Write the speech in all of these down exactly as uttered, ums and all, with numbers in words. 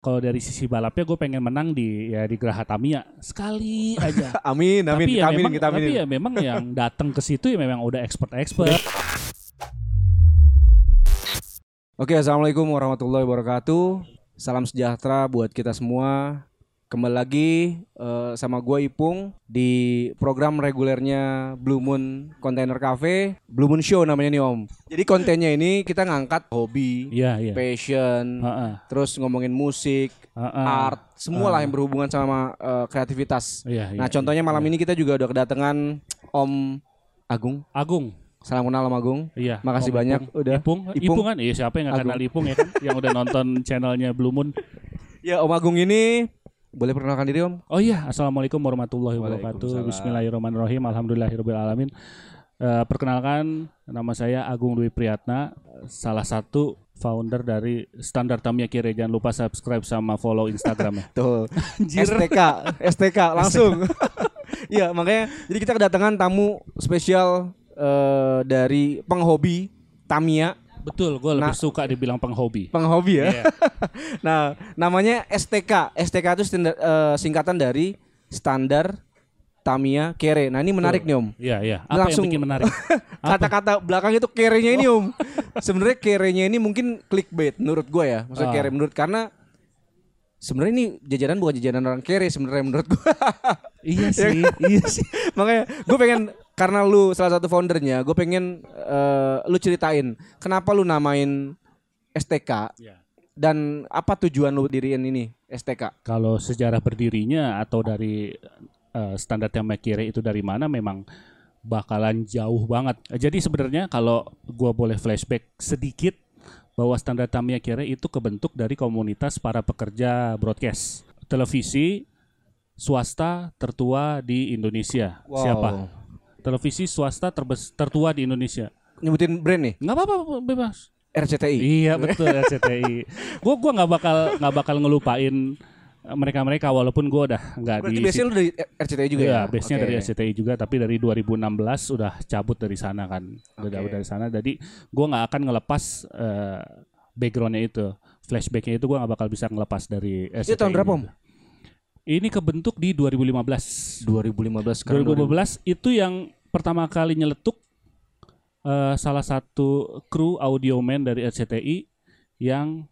kalau dari sisi balapnya gue pengen menang di ya di Geraha Tamiya sekali aja. Amin, amin, tapi kita ya aminin, memang, kita aminin. Tapi ya memang yang datang ke situ ya memang udah expert-expert. Oke, assalamualaikum warahmatullahi wabarakatuh. Salam sejahtera buat kita semua. Kembali lagi uh, sama gue Ipung di program regulernya Blue Moon Container Cafe, Blue Moon Show namanya nih Om. Jadi kontennya ini kita ngangkat hobi, yeah, yeah. passion, uh-uh. terus ngomongin musik, uh-uh. art, semua uh-uh. lah yang berhubungan sama uh, kreativitas. Yeah, yeah, nah contohnya malam yeah. ini kita juga udah kedatangan Om Agung. Agung. Salam kenal Om Agung. Iya. Makasih Om banyak Ipung. udah. Ipung, Ipung, Ipung kan? Iya siapa yang nggak kenal Ipung ya kan? Yang udah nonton channelnya Blue Moon. Ya Om Agung ini boleh perkenalkan diri Om? Oh iya, assalamualaikum warahmatullahi wabarakatuh. Bismillahirrahmanirrahim. Alhamdulillahirobbilalamin. Uh, perkenalkan, nama saya Agung Dwi Priyatna, salah satu founder dari Standar Tamiya Kere. Jangan lupa subscribe sama follow Instagramnya. Tuh. S T K, S T K langsung. Iya makanya, jadi kita kedatangan tamu spesial uh, dari penghobi Tamiya. Betul, gue lebih nah, suka dibilang penghobi. Penghobi ya. Yeah. Nah, namanya S T K. S T K itu standar, uh, singkatan dari Standar Tamiya Kere. Nah, ini menarik Betul. nih Om. Iya, iya. Apa langsung, yang bikin menarik? Kata-kata belakang itu kerenya ini Om. Sebenarnya kerenya ini mungkin clickbait menurut gue ya. Maksudnya uh. kere menurut karena sebenarnya ini jajanan bukan jajanan orang kere sebenarnya menurut gue. Iya sih, iya sih. Makanya gue pengen karena lu salah satu foundernya, gue pengen uh, lu ceritain kenapa lu namain S T K yeah. dan apa tujuan lu diriin ini S T K. Kalau sejarah berdirinya atau dari uh, Standar Tamiya Kere itu dari mana memang bakalan jauh banget. Jadi sebenarnya kalau gue boleh flashback sedikit bahwa Standar Tamiya Kere itu kebentuk dari komunitas para pekerja broadcast televisi swasta tertua di Indonesia. Wow. Siapa? Televisi swasta terbes, tertua di Indonesia. Nyebutin brand nih? Nggak apa-apa, bebas. R C T I. Iya betul R C T I. Gue gue nggak bakal nggak bakal ngelupain mereka-mereka walaupun gue udah nggak di. Berarti base-nya lu dari R C T I juga ya? ya? Base-nya okay. dari R C T I juga, tapi dari dua ribu enam belas udah cabut dari sana kan. Udah okay. cabut dari sana. Jadi gue nggak akan ngelepas uh, background-nya itu, flashback-nya itu gue nggak bakal bisa ngelepas dari R C T I. Itu tahun berapa Om? Ini kebentuk di dua ribu lima belas. dua ribu lima belas dua ribu lima belas itu yang pertama kali nyeletuk uh, salah satu kru audioman dari R C T I yang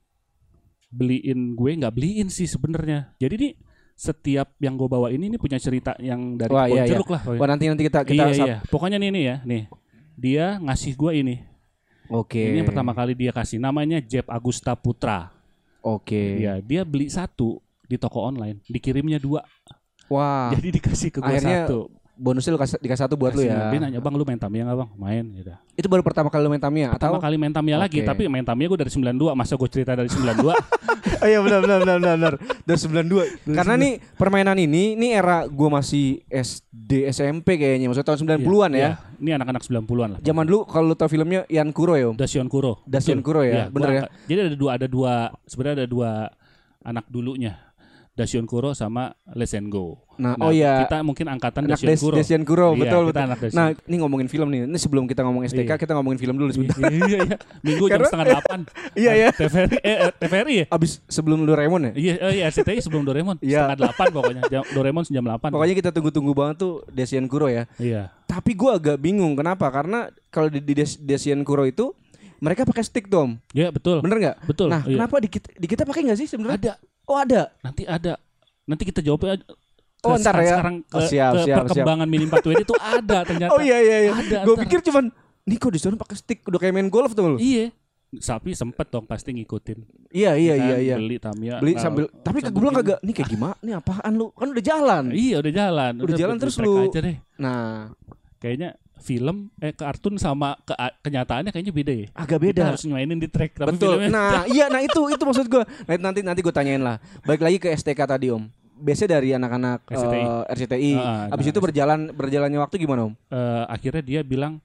beliin gue, nggak beliin sih sebenarnya. Jadi nih setiap yang gue bawa ini nih punya cerita yang dari pohon iya, jeruk iya. lah. Wah nanti nanti kita kita iya, iya. Pokoknya nih nih ya, nih dia ngasih gue ini. Oke. Okay. Ini yang pertama kali dia kasih, namanya Jeb Agusta Putra. Oke. Okay. Iya, dia beli satu di toko online, dikirimnya dua. Wah. Jadi dikasih ke gue akhirnya satu. Bonusnya lu kasih, dikasih satu buat kasih, lu ya. Dia nanya, "Bang, lu main Tamiya enggak, Bang?" Main gitu. Itu baru pertama kali lu main Tamiya pertama atau? kali main Tamiya okay. lagi, tapi main Tamiya gue dari sembilan puluh dua. Masa gue cerita dari sembilan puluh dua? Oh iya benar benar benar benar. Dari sembilan puluh dua. Karena nih permainan ini ini era gue masih S D S M P kayaknya, maksudnya tahun sembilan puluhan iya, ya. Iya. Ini anak-anak sembilan puluhan lah. Zaman dulu kalau lu tahu filmnya Yan Kuro ya, Om? Dashion Kuro. Dashion Kuro ya, iya, bener ya. Jadi ada dua ada dua sebenarnya ada dua anak dulunya. Dashion Kuro sama Let's and Go. Nah, nah, oh iya. Kita mungkin angkatan anak Dashion Kuro. Dashion Kuro, iya, betul betul. Anak nah, ini ngomongin film nih. Ini sebelum kita ngomong S T K, iya. kita ngomongin film dulu sebentar. iya iya. Minggu jam setengah delapan. Iya ya. T V R I eh T V R I ya? Abis sebelum Doraemon ya? Iya, oh, iya R C T I sebelum Doraemon. Setengah delapan pokoknya. Doraemon jam delapan. Pokoknya kita tunggu-tunggu banget tuh Dashion Kuro ya. Iya. Tapi gue agak bingung kenapa? Karena kalau di, di Dashion Kuro itu mereka pakai stick tuh Om. Iya betul. Bener nggak? Betul. Nah iya. kenapa di kita, di kita pakai nggak sih sebenarnya? Ada. Oh ada. Nanti ada. Nanti kita jawab aja. Oh ntar ya. Sekarang ke, oh, siap, ke siap, perkembangan siap. Mini empat W D itu ada ternyata. Oh iya iya iya. Gue pikir cuman nih kok di sana pakai stick udah kayak main golf tuh lo. Iya. Sapi sempet dong pasti ngikutin. Iya iya kan iya iya. Beli Tamiya. Beli nah, sambil tapi gue bilang kagak nih kayak gimana? Nih apaan lu? Kan udah jalan. Iya udah jalan. Udah, udah jalan terus lu. Aja deh. Nah, kayaknya film eh kartun sama ke, kenyataannya kayaknya beda ya. Agak beda. Kita harus mainin di track. Betul. Nah iya nah itu itu maksud gue. Nah nanti nanti gue tanyain lah. Balik lagi ke S T K tadi Om. Biasanya dari anak-anak R C T I. Uh, R C T I. Uh, Abis nah, itu berjalan berjalannya waktu gimana Om? Uh, akhirnya dia bilang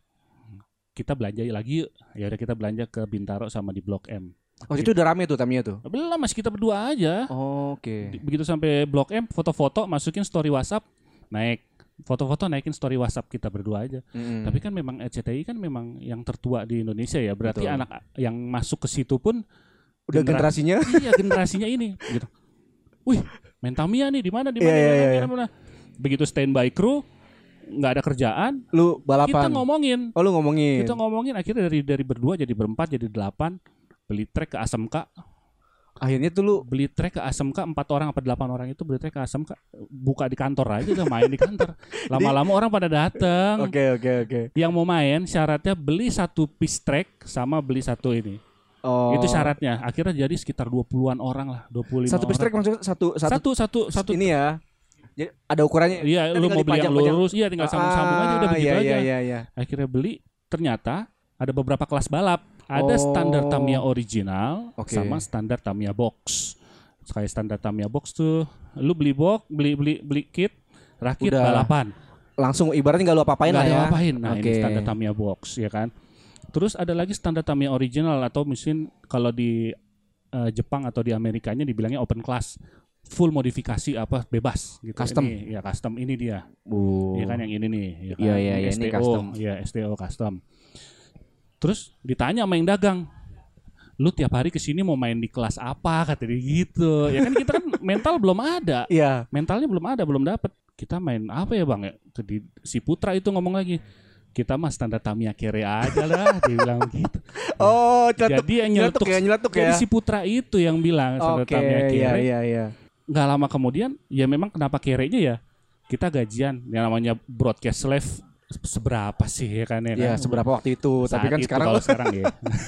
kita belanja lagi yuk. Ya udah kita belanja ke Bintaro sama di Blok M. Oh itu udah rame tuh Tamiya tuh? Belum masih kita berdua aja. Oh, oke. Okay. Begitu sampai Blok M foto-foto masukin story WhatsApp naik. Foto-foto naikin story WhatsApp kita berdua aja. Mm. Tapi kan memang R C T I kan memang yang tertua di Indonesia ya. Berarti Betul. Anak yang masuk ke situ pun Udah generasi, generasinya. Iya, generasinya ini gitu. Wih, main Tamiya nih di mana di mana Iya, iya, iya. di mana. Begitu standby crew, nggak ada kerjaan, Lu balapan. kita ngomongin. Oh, lu ngomongin. Kita ngomongin akhirnya dari dari berdua jadi berempat jadi delapan, beli trek ke A S M K. Akhirnya tuh lu Beli trek ke A S M K empat orang apa delapan orang itu beli trek ke A S M K, buka di kantor aja udah main di kantor. Lama-lama orang pada datang. Oke, oke, oke. Yang mau main syaratnya beli satu piece trek sama beli satu ini. Oh. Itu syaratnya. Akhirnya jadi sekitar dua puluhan orang lah, dua puluh lima Satu piece orang. track maksudnya satu satu Satu satu satu ini ya. Jadi ada ukurannya. Iya, Kan lu tinggal mau beli yang dipajang-pajang. lurus, iya tinggal sambung-sambung aja udah Ah, begitu iya, aja. Iya, iya, iya. Akhirnya beli, ternyata ada beberapa kelas balap. Ada Oh. standar Tamiya original Oke. sama standar Tamiya box. Kayak standar Tamiya box tuh, lu beli box, beli beli beli kit, rakit Udah. balapan. Langsung ibaratnya enggak lu apa-apain Nggak lah ada ya. apa-apain. Nah, Oke. ini standar Tamiya box ya kan. Terus ada lagi standar Tamiya original atau mungkin kalau di eh, Jepang atau di Amerikanya dibilangnya open class. Full modifikasi apa bebas gitu. Custom. Ini, ya custom ini dia. Bu. Iya kan yang ini nih, ya kan? Iya, iya, iya, S T O, ini custom. Iya, S T O custom. Terus ditanya sama yang dagang, lu tiap hari kesini mau main di kelas apa, kata dia gitu. Ya kan kita kan mental belum ada, Iya. mentalnya belum ada, belum dapet. Kita main apa ya bang ya? Tadi si Putra itu ngomong lagi, kita mah standar Tamiya Kere aja lah, dia bilang gitu. Oh, nyeletuk, Jadi yang nyeletuk nyeletuk, ya, nyeletuk jadi ya. si Putra itu yang bilang standar Oke, Tamiya iya, Kere. iya, iya. Nggak lama kemudian, ya memang kenapa Kerenya ya? Kita gajian, yang namanya broadcast live seberapa sih ya kan ya? Iya, kan? seberapa waktu itu, Saat tapi kan itu, sekarang kalau sekarang ya.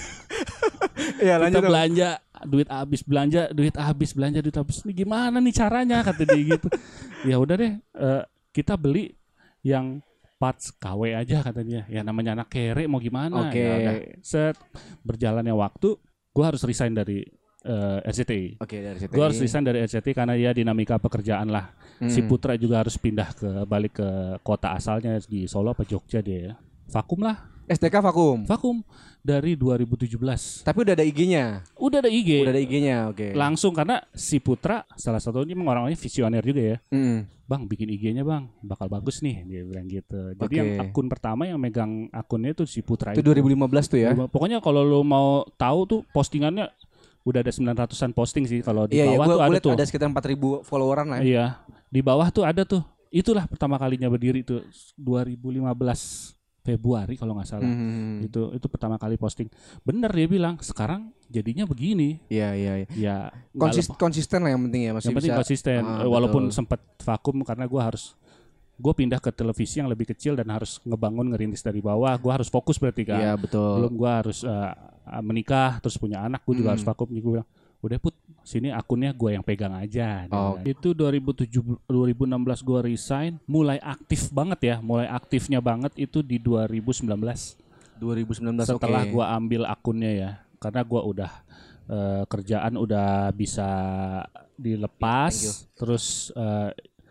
Iya, Kita lanjut. Dong. belanja duit habis belanja duit habis belanja duit habis ini gimana nih caranya kata dia gitu. Ya udah deh eh, kita beli yang parts K W aja kata dia. Ya namanya anak kere mau gimana. Oke. Ya udah. Set berjalannya waktu gua harus resign dari eh, R C T I. Oke, dari situ. Gua harus resign dari R C T I karena ya dinamika pekerjaan lah. Hmm. Si Putra juga harus pindah ke balik ke kota asalnya di Solo apa Jogja dia ya. Vakum lah. S T K vakum. Vakum dari dua ribu tujuh belas. Tapi udah ada I G-nya. Udah ada I G. Udah ada I G-nya, oke. Langsung karena si Putra salah satunya memang orangnya visioner juga ya. Mm. Bang bikin I G-nya bang, bakal bagus nih dia bilang gitu. Jadi Oke. yang akun pertama yang megang akunnya itu si Putra Itu dua ribu lima belas tuh ya. Pokoknya kalau lo mau tahu tuh postingannya udah ada sembilan ratusan posting sih kalau di Iya, iya, bawah gua, tuh gua ada liat tuh. ada sekitar empat ribu followeran lah ya. Iya, di bawah tuh ada tuh. Itulah pertama kalinya berdiri tuh dua ribu lima belas Februari kalau nggak salah. Hmm. Itu itu pertama kali posting. Bener dia bilang, sekarang jadinya begini. Iya, iya, iya. Ya nggak Konsis- konsisten lah yang penting ya, masih yang penting bisa. konsisten. Ah, Eh, walaupun betul. sempat vakum karena gue harus gue pindah ke televisi yang lebih kecil dan harus ngebangun ngerintis dari bawah. Gue harus fokus berarti kan. Iya, betul. Belum gue harus eh, menikah terus punya anak. Gue juga Hmm. harus vakum. Gue bilang udah put sini akunnya gue yang pegang aja. Dia Oh. bilang. Itu dua ribu tujuh dua ribu enam belas gue resign. Mulai aktif banget ya. Mulai aktifnya banget itu di dua ribu sembilan belas. dua ribu sembilan belas Setelah oke. gue ambil akunnya ya. Karena gue udah eh, kerjaan udah bisa dilepas. Thank you. Terus eh,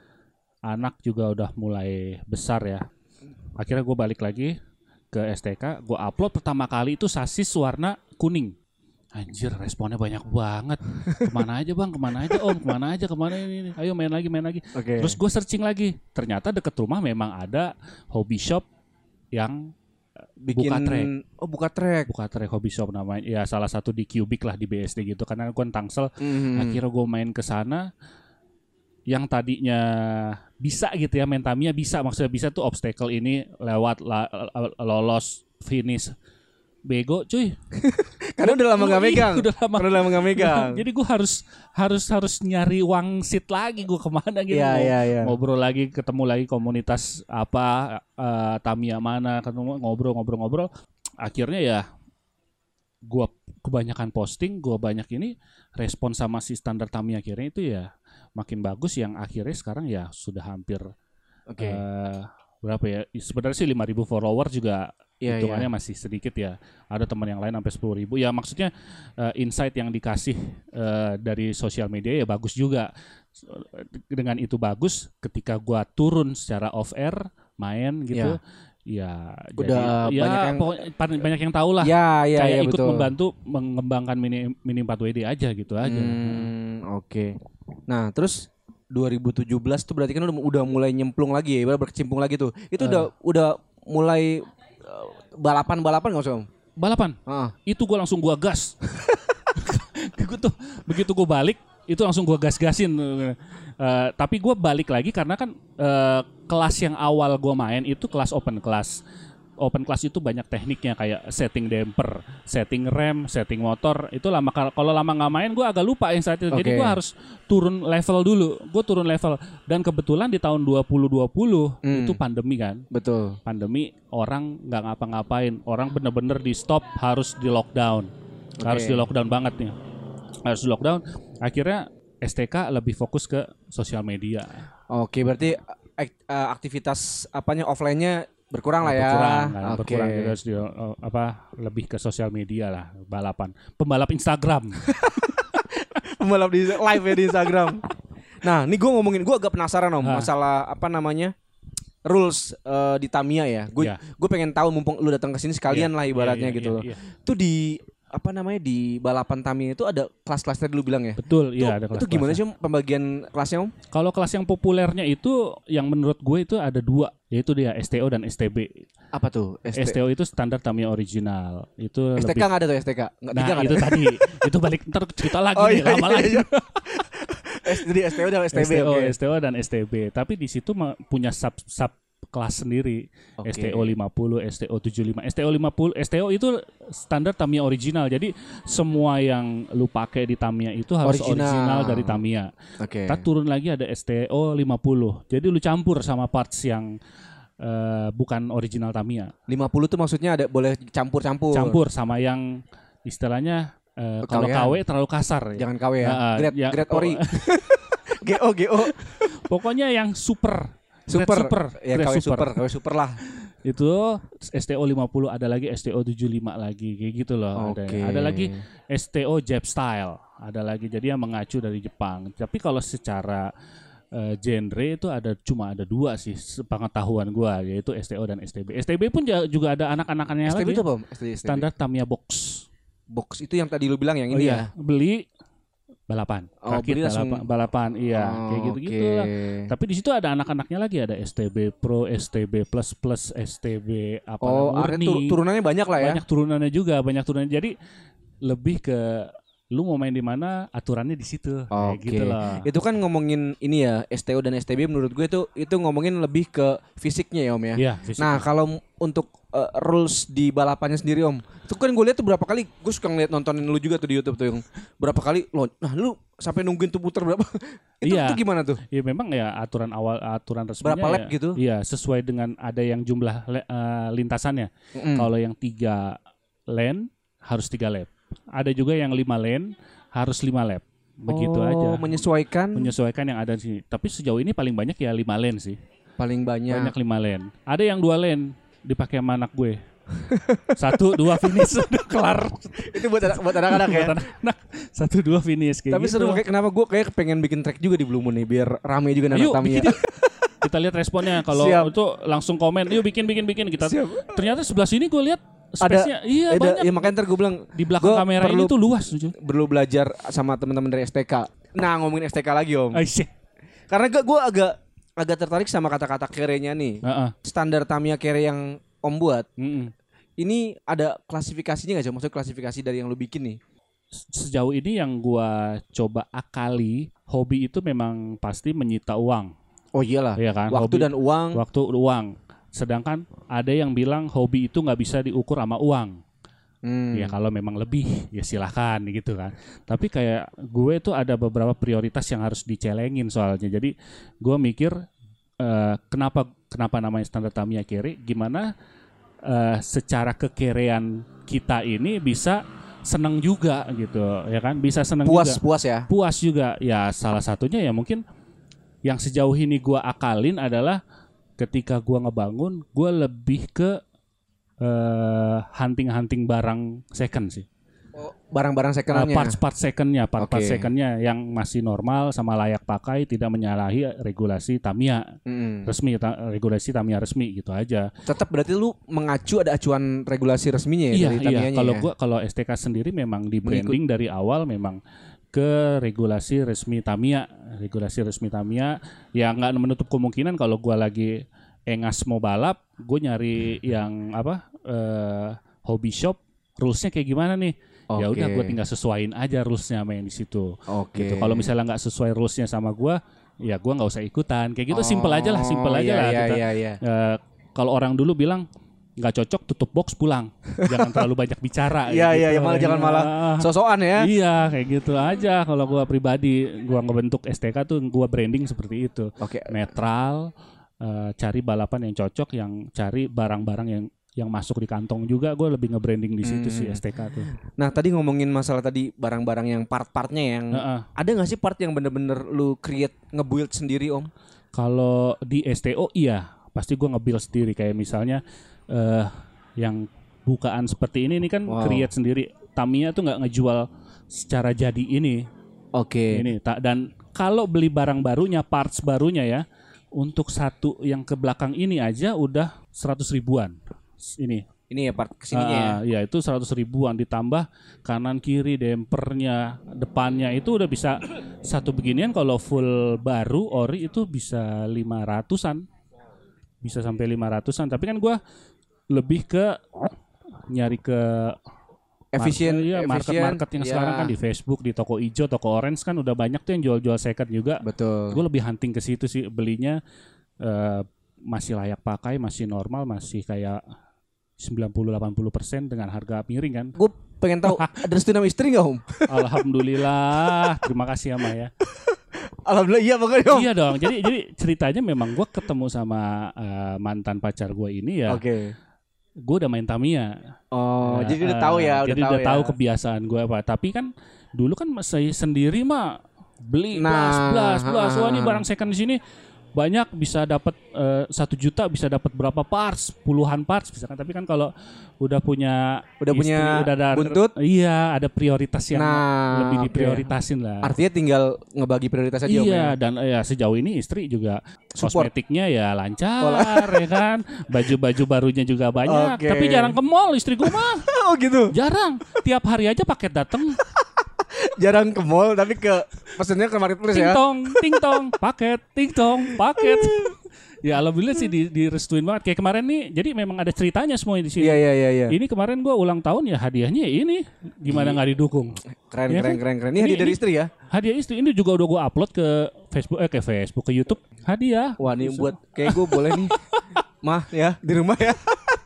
anak juga udah mulai besar ya. Akhirnya gue balik lagi ke S T K. Gue upload pertama kali itu sasis warna kuning. Anjir responnya banyak banget. Kemana aja bang, kemana aja om, kemana aja, kemana ini, ini. Ayo main lagi, main lagi. Oke. Terus gue searching lagi. Ternyata deket rumah memang ada hobby shop yang bikin buka track. Oh, buka track. buka track hobby shop namanya. Ya salah satu di Cubic lah di B S D gitu. Karena gue Tangsel. Mhm. Akhirnya gue main ke sana. Yang tadinya bisa gitu ya, main Tamiya bisa, maksudnya bisa tuh obstacle ini lewat la, la- lolos finish. Bego cuy. Karena udah lama nggak Ih, megang. Udah lama. Karena udah lama nggak megang. Jadi gue harus harus harus nyari wangsit lagi gue kemana gitu. Iya, Mau- iya, iya. Ngobrol lagi, ketemu lagi komunitas apa eh, Tamiya mana, ketemu ngobrol-ngobrol-ngobrol. Akhirnya ya gue kebanyakan posting, gue banyak ini respon sama si standar Tamiya akhirnya itu ya makin bagus, yang akhirnya sekarang ya sudah hampir Oke. eh, berapa ya? Sebenarnya sih lima ribu follower juga Iya, hitungannya iya. masih sedikit ya. Ada teman yang lain sampai sepuluh ribu. Ya maksudnya eh, insight yang dikasih eh, dari sosial media ya bagus juga. Dengan itu bagus, ketika gua turun secara off air main gitu, ya, Udah jadi, banyak ya yang- pokoknya pan- banyak yang tahu lah. Ya, ya, Kayak ya, ikut betul. membantu mengembangkan mini mini empat W D aja gitu aja. Hmm, oke. Nah, terus dua ribu tujuh belas tuh berarti kan udah, udah mulai nyemplung lagi ya, ibarat berkecimpung lagi tuh. Itu Eh. udah udah mulai uh, balapan-balapan enggak usah, Om? Balapan. Heeh. Itu gua langsung gua gas. gue tuh begitu gue balik itu langsung gue gas-gasin. Uh, tapi gue balik lagi karena kan uh, kelas yang awal gue main itu kelas open class. Open class itu banyak tekniknya kayak setting damper, setting rem, setting motor. Itu lama kalau lama nggak main gue agak lupa yang saat itu. Okay. Jadi gue harus turun level dulu. Gue turun level dan kebetulan di tahun dua ribu dua puluh hmm. itu pandemi kan. Betul. Pandemi orang nggak ngapa-ngapain. Orang bener-bener di stop, harus di lockdown. Okay. Harus di lockdown banget nih. Harus di lockdown. Akhirnya S T K lebih fokus ke sosial media. Oke, berarti aktivitas apanya offline-nya berkurang lah ya. Berkurang, kan? okay. berkurang terus di, uh, apa lebih ke sosial media lah, balapan. Pembalap Instagram. Pembalap di live ya di Instagram. Nah, ini gue ngomongin, gue agak penasaran om ha. masalah apa namanya rules uh, di Tamiya ya. Gue yeah. gue pengen tahu mumpung lu datang ke sini sekalian yeah. lah ibaratnya yeah, yeah, gitu. Yeah, yeah. Tuh di apa namanya di balapan Tamiya itu ada kelas-kelasnya dulu bilang ya. Betul, iya ada kelas. Itu gimana sih om pembagian kelasnya om? Kalau kelas yang populernya itu yang menurut gue itu ada dua, yaitu dia S T O dan S T B. Apa tuh? S T O itu standar Tamiya original. Itu S T K nggak ada tuh S T K? Nggak, nah tiga itu tadi, itu balik ntar cerita lagi oh, nih, iya, lama iya, lagi. Iya. Jadi S T O dan S T B. S T O, okay. S T O dan S T B. Tapi di situ punya sub sub kelas sendiri. Okay. S T O lima puluh, S T O tujuh puluh lima. S T O lima puluh, S T O itu standar Tamiya original. Jadi semua yang lu pakai di Tamiya itu harus original, original dari Tamiya. Oke. Okay. Kita turun lagi ada S T O lima puluh. Jadi lu campur sama parts yang uh, bukan original Tamiya. lima puluh tuh maksudnya ada boleh campur-campur. Campur sama yang istilahnya uh, kalau K W terlalu kasar. Jangan K W ya. Uh, grade ya, grade ori. G O G O. Pokoknya yang super. Super, super, ya K W super, K W super lah. Itu S T O lima puluh, ada lagi S T O tujuh puluh lima lagi, kayak gitu loh. Okay. Ada, ada lagi S T O Jap Style, ada lagi. Jadi yang mengacu dari Jepang. Tapi kalau secara uh, genre itu ada cuma ada dua sih, sepengetahuan gua, yaitu S T O dan S T B. S T B pun juga ada anak-anaknya lagi. S T B itu apa? S T B. Standar Tamiya Box. Box itu yang tadi lu bilang yang oh ini iya. ya. Beli balapan, oh, rakit langsung... balapan, balapan, iya, oh, kayak gitu-gitu okay. lah. Tapi di situ ada anak-anaknya lagi, ada S T B Pro, S T B Plus Plus, S T B apa oh, murni. tur- turunannya banyak lah ya. Banyak turunannya juga, banyak turunannya. Jadi lebih ke lu mau main di mana, aturannya di situ. Oke. Okay. Gitu lah. Itu kan ngomongin ini ya, S T O dan S T B menurut gue itu itu ngomongin lebih ke fisiknya ya Om ya. Iya, fisiknya. Nah, kalau untuk uh, rules di balapannya sendiri Om. Itu kan gue lihat tuh berapa kali, gue suka ngeliat nontonin lu juga tuh di YouTube tuh yang berapa kali lo. Nah, lu sampai nungguin tuh puter berapa? itu, iya. itu gimana tuh? Iya, memang ya aturan awal aturan resminya. Berapa lap ya, gitu? Iya, sesuai dengan ada yang jumlah le, uh, lintasannya. Mm. Kalau yang tiga lane harus tiga lap. Ada juga yang lima lane harus lima lap. Begitu oh, aja. menyesuaikan. Menyesuaikan yang ada sih. Tapi sejauh ini paling banyak ya lima lane sih. Paling banyak. Banyak lima lane. Ada yang dua lane dipakai sama anak gue. Satu dua finish udah kelar. Itu buat anak buat anak-anak ya. Anak, satu dua finish kayak tapi gitu. seru kayak kenapa gue kayak pengen bikin track juga di Blue Moon nih biar rame juga anak Tamiya. Kita lihat responnya kalau itu langsung komen, "Yuk bikin bikin bikin." Kita Siap. Ternyata sebelah sini gue lihat space-nya ada, iya ada, banyak. Ya makanya ntar gue bilang di belakang kamera perlu, ini tuh luas. Perlu belajar sama teman-teman dari S T K. Nah, ngomongin S T K lagi Om. Aisyah. Karena gue gue agak agak tertarik sama kata-kata kere-nya nih. Uh-uh. Standar Tamiya kere yang Om buat. Mm-mm. Ini ada klasifikasinya nggak sih? Maksudnya klasifikasi dari yang lu bikin nih? Sejauh ini yang gua coba akali, hobi itu memang pasti menyita uang. Oh iyalah. Iya kan? Waktu hobi, dan uang. Waktu uang. Sedangkan ada yang bilang hobi itu nggak bisa diukur sama uang. Hmm. Ya kalau memang lebih ya silahkan gitu kan. Tapi kayak gue tuh ada beberapa prioritas yang harus dicelengin soalnya. Jadi gue mikir uh, kenapa kenapa namanya standar Tamiya kere? Gimana uh, secara kekerean kita ini bisa seneng juga gitu ya kan? Bisa seneng puas, juga. Puas ya? Puas juga. Ya salah satunya ya mungkin yang sejauh ini gue akalin adalah ketika gue ngebangun, gue lebih ke Uh, hunting-hunting barang second sih. Oh, barang-barang second-nya. Uh, parts-part second-nya, part-part okay. second-nya yang masih normal sama layak pakai, tidak menyalahi regulasi Tamiya mm. resmi, ta- regulasi Tamiya resmi gitu aja. Tetap berarti lu mengacu ada acuan regulasi resminya ya iya, dari Iya, Tamiyanya. kalau ya? gua kalau S T K sendiri memang di branding Mengikut. Dari awal memang ke regulasi resmi Tamiya, regulasi resmi Tamiya yang nggak menutup kemungkinan kalau gua lagi engas mau balap, gue nyari yang apa uh, hobby shop, rulesnya kayak gimana nih? Ya udah Oke. gue tinggal sesuaiin aja rulesnya sama yang di situ. Oke. Gitu. Kalau misalnya nggak sesuai rulesnya sama gue, ya gue nggak usah ikutan. Kayak gitu simpel aja lah, simpel Oh, aja iya, lah iya, kita. iya, iya. Eh, kalau orang dulu bilang nggak cocok, tutup box pulang. Jangan terlalu banyak bicara. Iya, kayak iya, gitu. iya, malah jangan Iya. malah sosokan ya. Iya, kayak gitu aja. Kalau gue pribadi, gue ngebentuk S T K tuh gue branding seperti itu. Oke. Netral, eh, cari balapan yang cocok, yang cari barang-barang yang yang masuk di kantong juga. Gue lebih nge-branding di situ Hmm. sih S T K tuh. Nah tadi ngomongin masalah tadi barang-barang yang part-partnya yang Heeh. ada nggak sih part yang bener-bener lu create nge-build sendiri om? Kalau di S T O iya, pasti gue nge-build sendiri. Kayak misalnya eh yang bukaan seperti ini, ini kan Wow. create sendiri. Tamiya tuh nggak ngejual secara jadi ini. Oke. Ini tak, dan kalau beli barang barunya, parts barunya ya, untuk satu yang ke belakang ini aja udah seratus ribuan. Ini. Ini ya part kesininya ya. Ah, ya itu seratus ribuan ditambah kanan kiri dempernya, depannya itu udah bisa satu beginian. Kalau full baru ori itu bisa lima ratusan. Bisa sampai lima ratusan, tapi kan gua lebih ke nyari ke Efisien, market, iya, efisien, market-market yang ya. sekarang kan di Facebook, di toko ijo, toko orange kan udah banyak tuh yang jual-jual second juga. Betul. Gue lebih hunting ke situ sih, belinya eh, masih layak pakai, masih normal, masih kayak sembilan puluh delapan puluh persen dengan harga miring kan. Gue pengen tahu ada restu nama istri nggak om? Alhamdulillah, terima kasih ya Maya. Alhamdulillah iya pokoknya om. Iya dong. Jadi jadi ceritanya memang gue ketemu sama eh, mantan pacar gue ini ya. Oke. Gue udah main Tamiya. Oh Ya, jadi udah eh, tahu ya. jadi udah udah tahu, tahu ya. kebiasaan gue apa. Tapi kan dulu kan saya sendiri mah beli Nah, blas blas blas. Wah ini ah. barang second di sini banyak, bisa dapat eh, satu juta bisa dapat berapa parts, puluhan parts bisa kan. Tapi kan kalau udah punya Udah istri, punya udah ada, buntut? iya ada prioritas yang Nah, lebih oke. diprioritasin lah. Artinya tinggal ngebagi prioritas aja om ya. Iya, dan eh, ya sejauh ini istri juga Support. kosmetiknya ya lancar ya kan. Baju-baju barunya juga banyak, Oke. tapi jarang ke mall istri gua mah. Oh gitu. Jarang. Tiap hari aja paket dateng. Jarang ke mall tapi ke pesennya ke marketplace Ting ya. tong, ting tong, paket, ting tong, paket. Ya alhamdulillah sih di, direstuin banget. Kayak kemarin nih, jadi memang ada ceritanya semua di sini. Iya iya iya iya. Ini kemarin gua ulang tahun ya hadiahnya ya ini. Gimana nggak didukung? Keren Iya keren kan? keren keren. Ini Ini- hadiah dari ini- istri ya. Hadiah istri ini juga udah gua upload ke Facebook, eh ke Facebook, ke YouTube. Hadiah. Wah ini buat kayak gue boleh nih. Mah ya di rumah ya.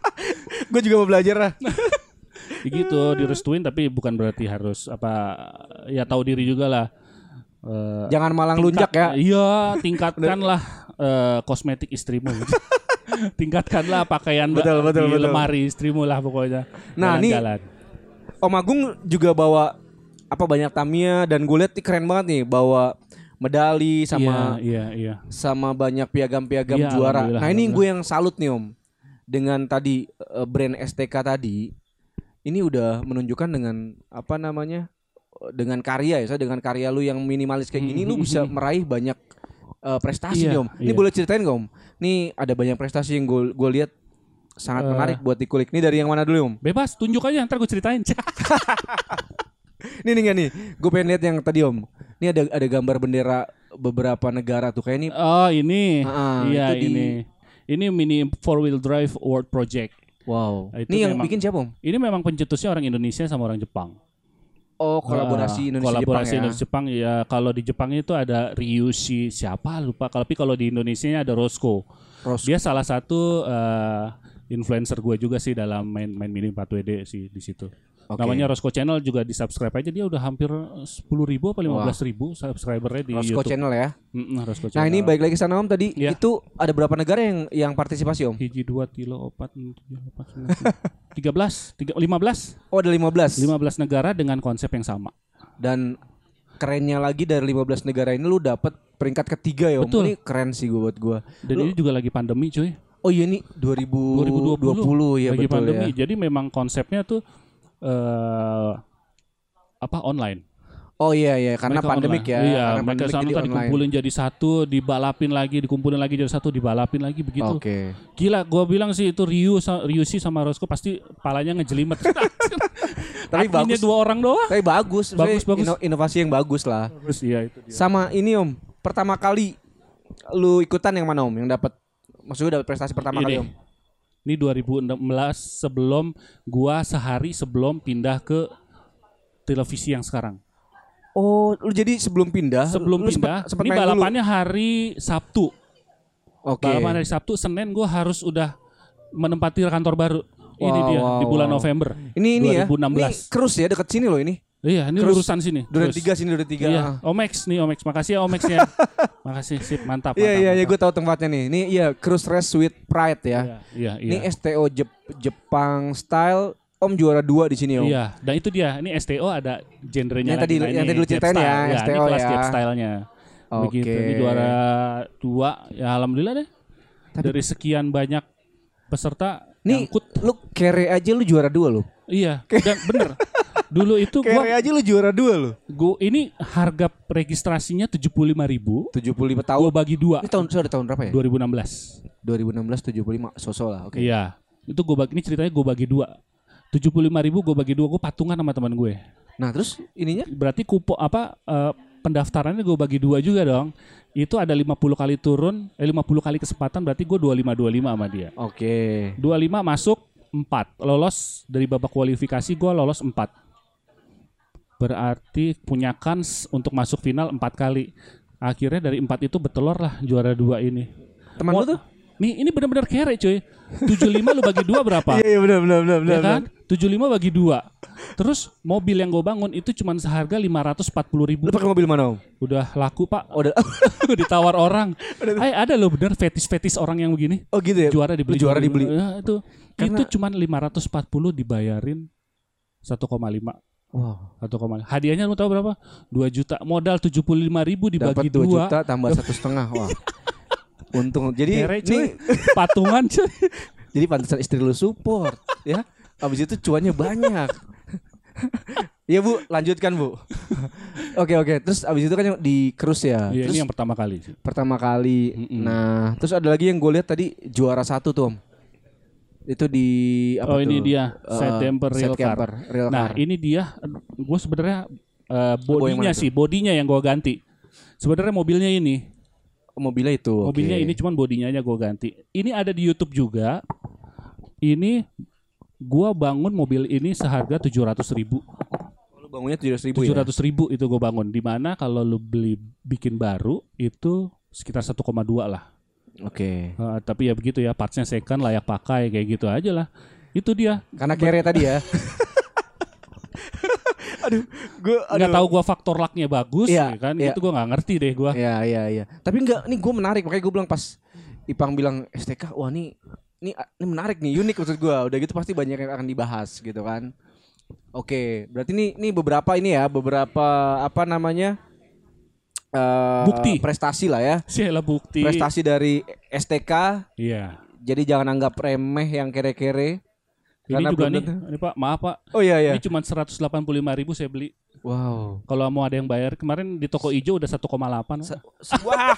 Gue juga mau belajar lah. Ya gitu direstuin, tapi bukan berarti harus apa, ya tahu diri juga lah. Eh, Jangan malang lunjak ya. Iya, tingkatkanlah eh, kosmetik istrimu. Tingkatkanlah pakaian Betul, betul, di betul. lemari istrimu lah pokoknya. Nah, nih- Jalan-jalan. Om Agung juga bawa apa banyak Tamiya dan gue lihat nih keren banget nih bawa medali sama Iya, iya, iya. sama banyak piagam-piagam Iya, juara. alhamdulillah, Nah ini alhamdulillah. gue yang salut nih Om. Dengan tadi eh, brand S T K tadi, ini udah menunjukkan dengan apa namanya, eh, dengan karya ya, saya dengan karya lu yang minimalis kayak gini, lu bisa meraih banyak eh, prestasi Iya, nih Om. Ini iya. boleh ceritain gak Om? Nih ada banyak prestasi yang gue gue lihat sangat Eh. menarik buat dikulik. Ini dari yang mana dulu Om? Bebas, tunjuk aja ntar gue ceritain. Nih nih nggak nih, gue pengen lihat yang tadi Om. Ini ada ada gambar bendera beberapa negara tuh kayak ini. Oh ini, Ah, iya itu di- ini. Ini mini four wheel drive world project. Wow. Itu Ini yang memang- bikin siapa Om? Ini memang pencetusnya orang Indonesia sama orang Jepang. Oh kolaborasi Ah, Indonesia kolaborasi Jepang ya. Indonesia Jepang ya. Kalau di Jepang itu ada Ryushi siapa lupa. Tapi kalau di Indonesia ada Roscoe. Ros- Dia salah satu eh, influencer gue juga sih dalam main main mini empat W D sih di situ. Oke. Namanya Roscoe Channel, juga di subscribe aja, dia udah hampir sepuluh ribu apa lima belas ribu subscribernya di Roscoe YouTube. Channel ya. Mm-mm, Roscoe Nah Channel. ini balik lagi ke sana Om tadi. Iya. Itu ada berapa negara yang yang partisipasi Om? hiji dua tilo opat enam tujuh delapan sembilan tiga belas tiga lima belas Oh ada lima belas. lima belas negara dengan konsep yang sama. Dan kerennya lagi dari lima belas negara ini lu dapat peringkat ketiga ya Om. Betul. Ini keren sih gua buat gua. Dan Lu- ini juga lagi pandemi cuy. Oh iya nih dua ribu dua ribu dua puluh ya lagi betul pandemi. ya. Jadi memang konsepnya tuh eh apa online. Oh iya iya karena Mereka pandemik online. ya. Iya, Karena mereka pandemik sana jadi tuh online. dikumpulin jadi satu, dibalapin lagi, dikumpulin lagi jadi satu, dibalapin lagi begitu. Oke. Gila, gua bilang sih itu Ryu, sa- Ryushi sama Roscoe pasti palanya ngejelimet. Tapi Adminnya bagus. dua orang doang. Tapi bagus. Bagus, Maksudnya bagus. ino- inovasi yang bagus lah. Terus iya itu dia. Sama ini Om. Pertama kali lu ikutan yang mana Om? Yang dapat maksudnya dapat prestasi pertama kali Ini. Om. Ini dua ribu enam belas sebelum gua sehari sebelum pindah ke televisi yang sekarang. Oh, lu jadi sebelum pindah? Sebelum lu pindah, sempet, sempet ini main balapannya dulu. Hari Sabtu. Oke. Balapan hari Sabtu, Senin gue harus udah menempati kantor baru. Wow, ini dia wow, di bulan wow. November. Ini ini dua ribu enam belas. ya. Ini cruise ya dekat sini loh ini. Iya, ini Cruise lurusan sini. Duren Terus. tiga sini, Duren tiga. Iya, Omex nih, Omex. Makasih ya Omex ya. Makasih, sip, mantap. Iya iya iya, mantap. gue tahu tempatnya nih. Ini iya Cruise Race with Pride ya. Iya, iya, Ini iya. S T O Jep, Jepang style. Om juara dua di sini Om. Iya, dan itu dia. Ini S T O ada genrenya Yang tadi lagi. Nah, yang ini tadi lu Jap ceritain ya, style. S T O ini kelas ya. Jap style-nya. Begitu. Oke. Ini juara dua. Ya alhamdulillah deh. Tapi- Dari sekian banyak peserta Nih nyangkut. lu kere aja lu juara dua lu. Iya, dan bener. Dulu itu gua, Kere aja lu juara dua lu. gua ini harga registrasinya tujuh puluh lima ribu. tujuh puluh lima Gua tahun. bagi dua. Ini tahun sudah tahun berapa ya? dua ribu enam belas. dua ribu enam belas tujuh puluh lima sosok lah. Oke. Iya. Itu gua bagi, ini ceritanya gua bagi dua. tujuh puluh lima ribu gua bagi dua, gua patungan sama teman gue. Nah, terus ininya Berarti kupo apa eh, pendaftarannya gue bagi dua juga dong. Itu ada lima puluh kali turun, eh lima puluh kali kesempatan, berarti gue dua puluh lima dua puluh lima sama dia. oke. dua puluh lima masuk empat, lolos dari babak kualifikasi gue lolos empat. Berarti punya kans untuk masuk final empat kali. Akhirnya dari empat itu betelor lah juara dua ini. Teman lu Wah, tuh? Nih ini benar-benar kere cuy. tujuh puluh lima lu bagi dua berapa? Iya iya benar benar benar Ya kan? tujuh puluh lima bagi dua. Terus mobil yang gue bangun itu cuma seharga lima ratus empat puluh ribu. Lu pakai mobil mana Om? Udah laku pak. Oh, udah. Ditawar orang. Ay, ada loh bener fetis-fetis orang yang begini. Oh gitu ya. Juara dibeli. Lu juara dibeli. Ya, itu Karena- itu cuma lima ratus empat puluh dibayarin satu koma lima. Wow. satu koma lima. Hadiahnya lu tahu berapa? dua juta. Modal tujuh puluh lima ribu Dapat dibagi dua dua. juta tambah satu setengah. Wah. Untung. Jadi Kere, cuy. nih Patungan cuy. jadi pantesan istri lu support ya. Abis itu cuannya banyak. Iya Bu, lanjutkan Bu. Oke oke. Terus abis itu kan di cruise ya. Iya, Terus ini yang pertama kali sih. pertama kali. Mm-mm. Nah, terus ada lagi yang gue lihat tadi juara satu tuh Om. Itu di apa Oh tuh? ini dia Eh, September Real Set Car. Camper, Real Nah Car. ini dia. Gue sebenarnya eh, Oh, yang bodinya mana sih, bodinya yang gue ganti. Sebenarnya mobilnya ini. Mobilnya itu. Mobilnya oke. ini cuman bodinya aja gue ganti. Ini ada di YouTube juga. Ini gua bangun mobil ini seharga tujuh ratus ribu. Lu bangunnya tujuh ratus ribu Tujuh ya? ratus ribu itu gue bangun. Dimana kalau lu beli bikin baru itu sekitar satu koma dua lah. Oke. Eh, tapi ya begitu ya, partsnya second, layak pakai kayak gitu aja lah. Itu dia. Karena kere tadi ya. aduh, gua aduh. Nggak tahu gua faktor lucknya bagus, Iya, ya kan? iya. Itu gua nggak ngerti deh gua. Iya, iya, iya. Tapi enggak, nih gue menarik makanya gue bilang pas Ipang bilang S T K, wah nih ini, ini menarik nih, unik maksud gue. Udah gitu pasti banyak yang akan dibahas gitu kan. Oke, berarti nih nih beberapa ini ya, beberapa apa namanya? eh, Bukti. Prestasi lah ya. Sialah bukti. Prestasi dari S T K. Iya. Jadi jangan anggap remeh yang kere-kere. Ini Karena juga belum nih, tentu- ini Pak, maaf Pak. Oh iya iya. Ini cuma seratus delapan puluh lima ribu saya beli. Wow. Kalau mau ada yang bayar, kemarin di toko ijo udah satu koma delapan. Sa- Wah.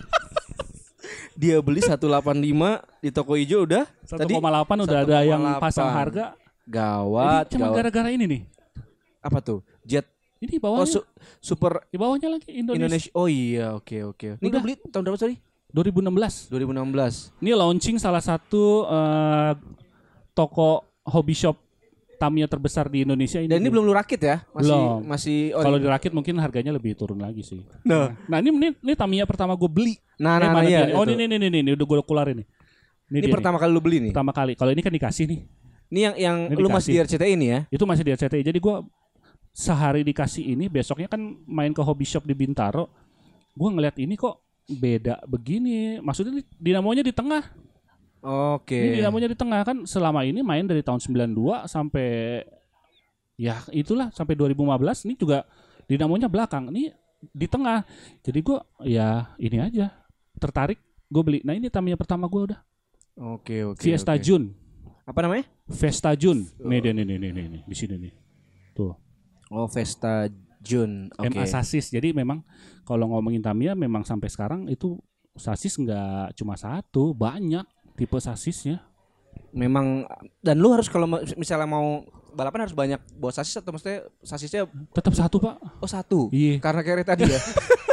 Dia beli seratus delapan puluh lima di toko hijau udah satu tadi koma delapan udah ada yang satu koma delapan. pasang harga. Gawat, Ini cuma gawat. gara-gara ini nih. Apa tuh? Jet Ini di oh bawahnya. su- super Di bawahnya lagi Indonesia. Indonesia. Oh iya, oke oke. Ini Udah. gue beli tahun berapa sorry? dua ribu enam belas. dua ribu enam belas. Ini launching salah satu eh, toko hobby shop Tamiya terbesar di Indonesia ini. Dan ini belum lu rakit ya? Masih Belum. masih oh, Kalau ini- dirakit mungkin harganya lebih turun lagi sih. Nah. Nah ini ini, ini Tamiya pertama gue beli. Nah, Eh, nah, nah, mana iya, dia nih? Oh itu. ini ini ini ini udah gue keluar ini. Ini, Ini dia pertama kali lu beli nih. nih. Pertama kali. Kalau ini kan dikasih nih. Ini yang yang Ini lu masih di R dikasih. C T I ini ya? Itu masih di R C T I. Jadi gue sehari dikasih ini, besoknya kan main ke hobby shop di Bintaro. Gue ngeliat ini kok beda begini. Maksudnya di- dinamonya di tengah. Oke. Ini dinamonya di tengah kan selama ini main dari tahun sembilan puluh dua sampai ya itulah sampai dua ribu lima belas ini juga dinamonya belakang. Ini di tengah. Jadi gue ya ini aja tertarik gue beli. Nah ini Tamiya pertama gue udah. Oke oke. Fiesta oke. Jun. Apa namanya? Fiesta Jun. Nih dia nih nih nih nih nih di sini nih. Tuh. Oh, Fiesta Jun. Oke. M A sasis. Jadi memang kalau ngomongin Tamiya memang sampai sekarang itu sasis nggak cuma satu, banyak tipe sasisnya. Memang dan lu harus kalau ma- misalnya mau balapan harus banyak bawa sasis atau maksudnya sasisnya Tetap satu pak. oh satu. Iya. Karena kere tadi ya.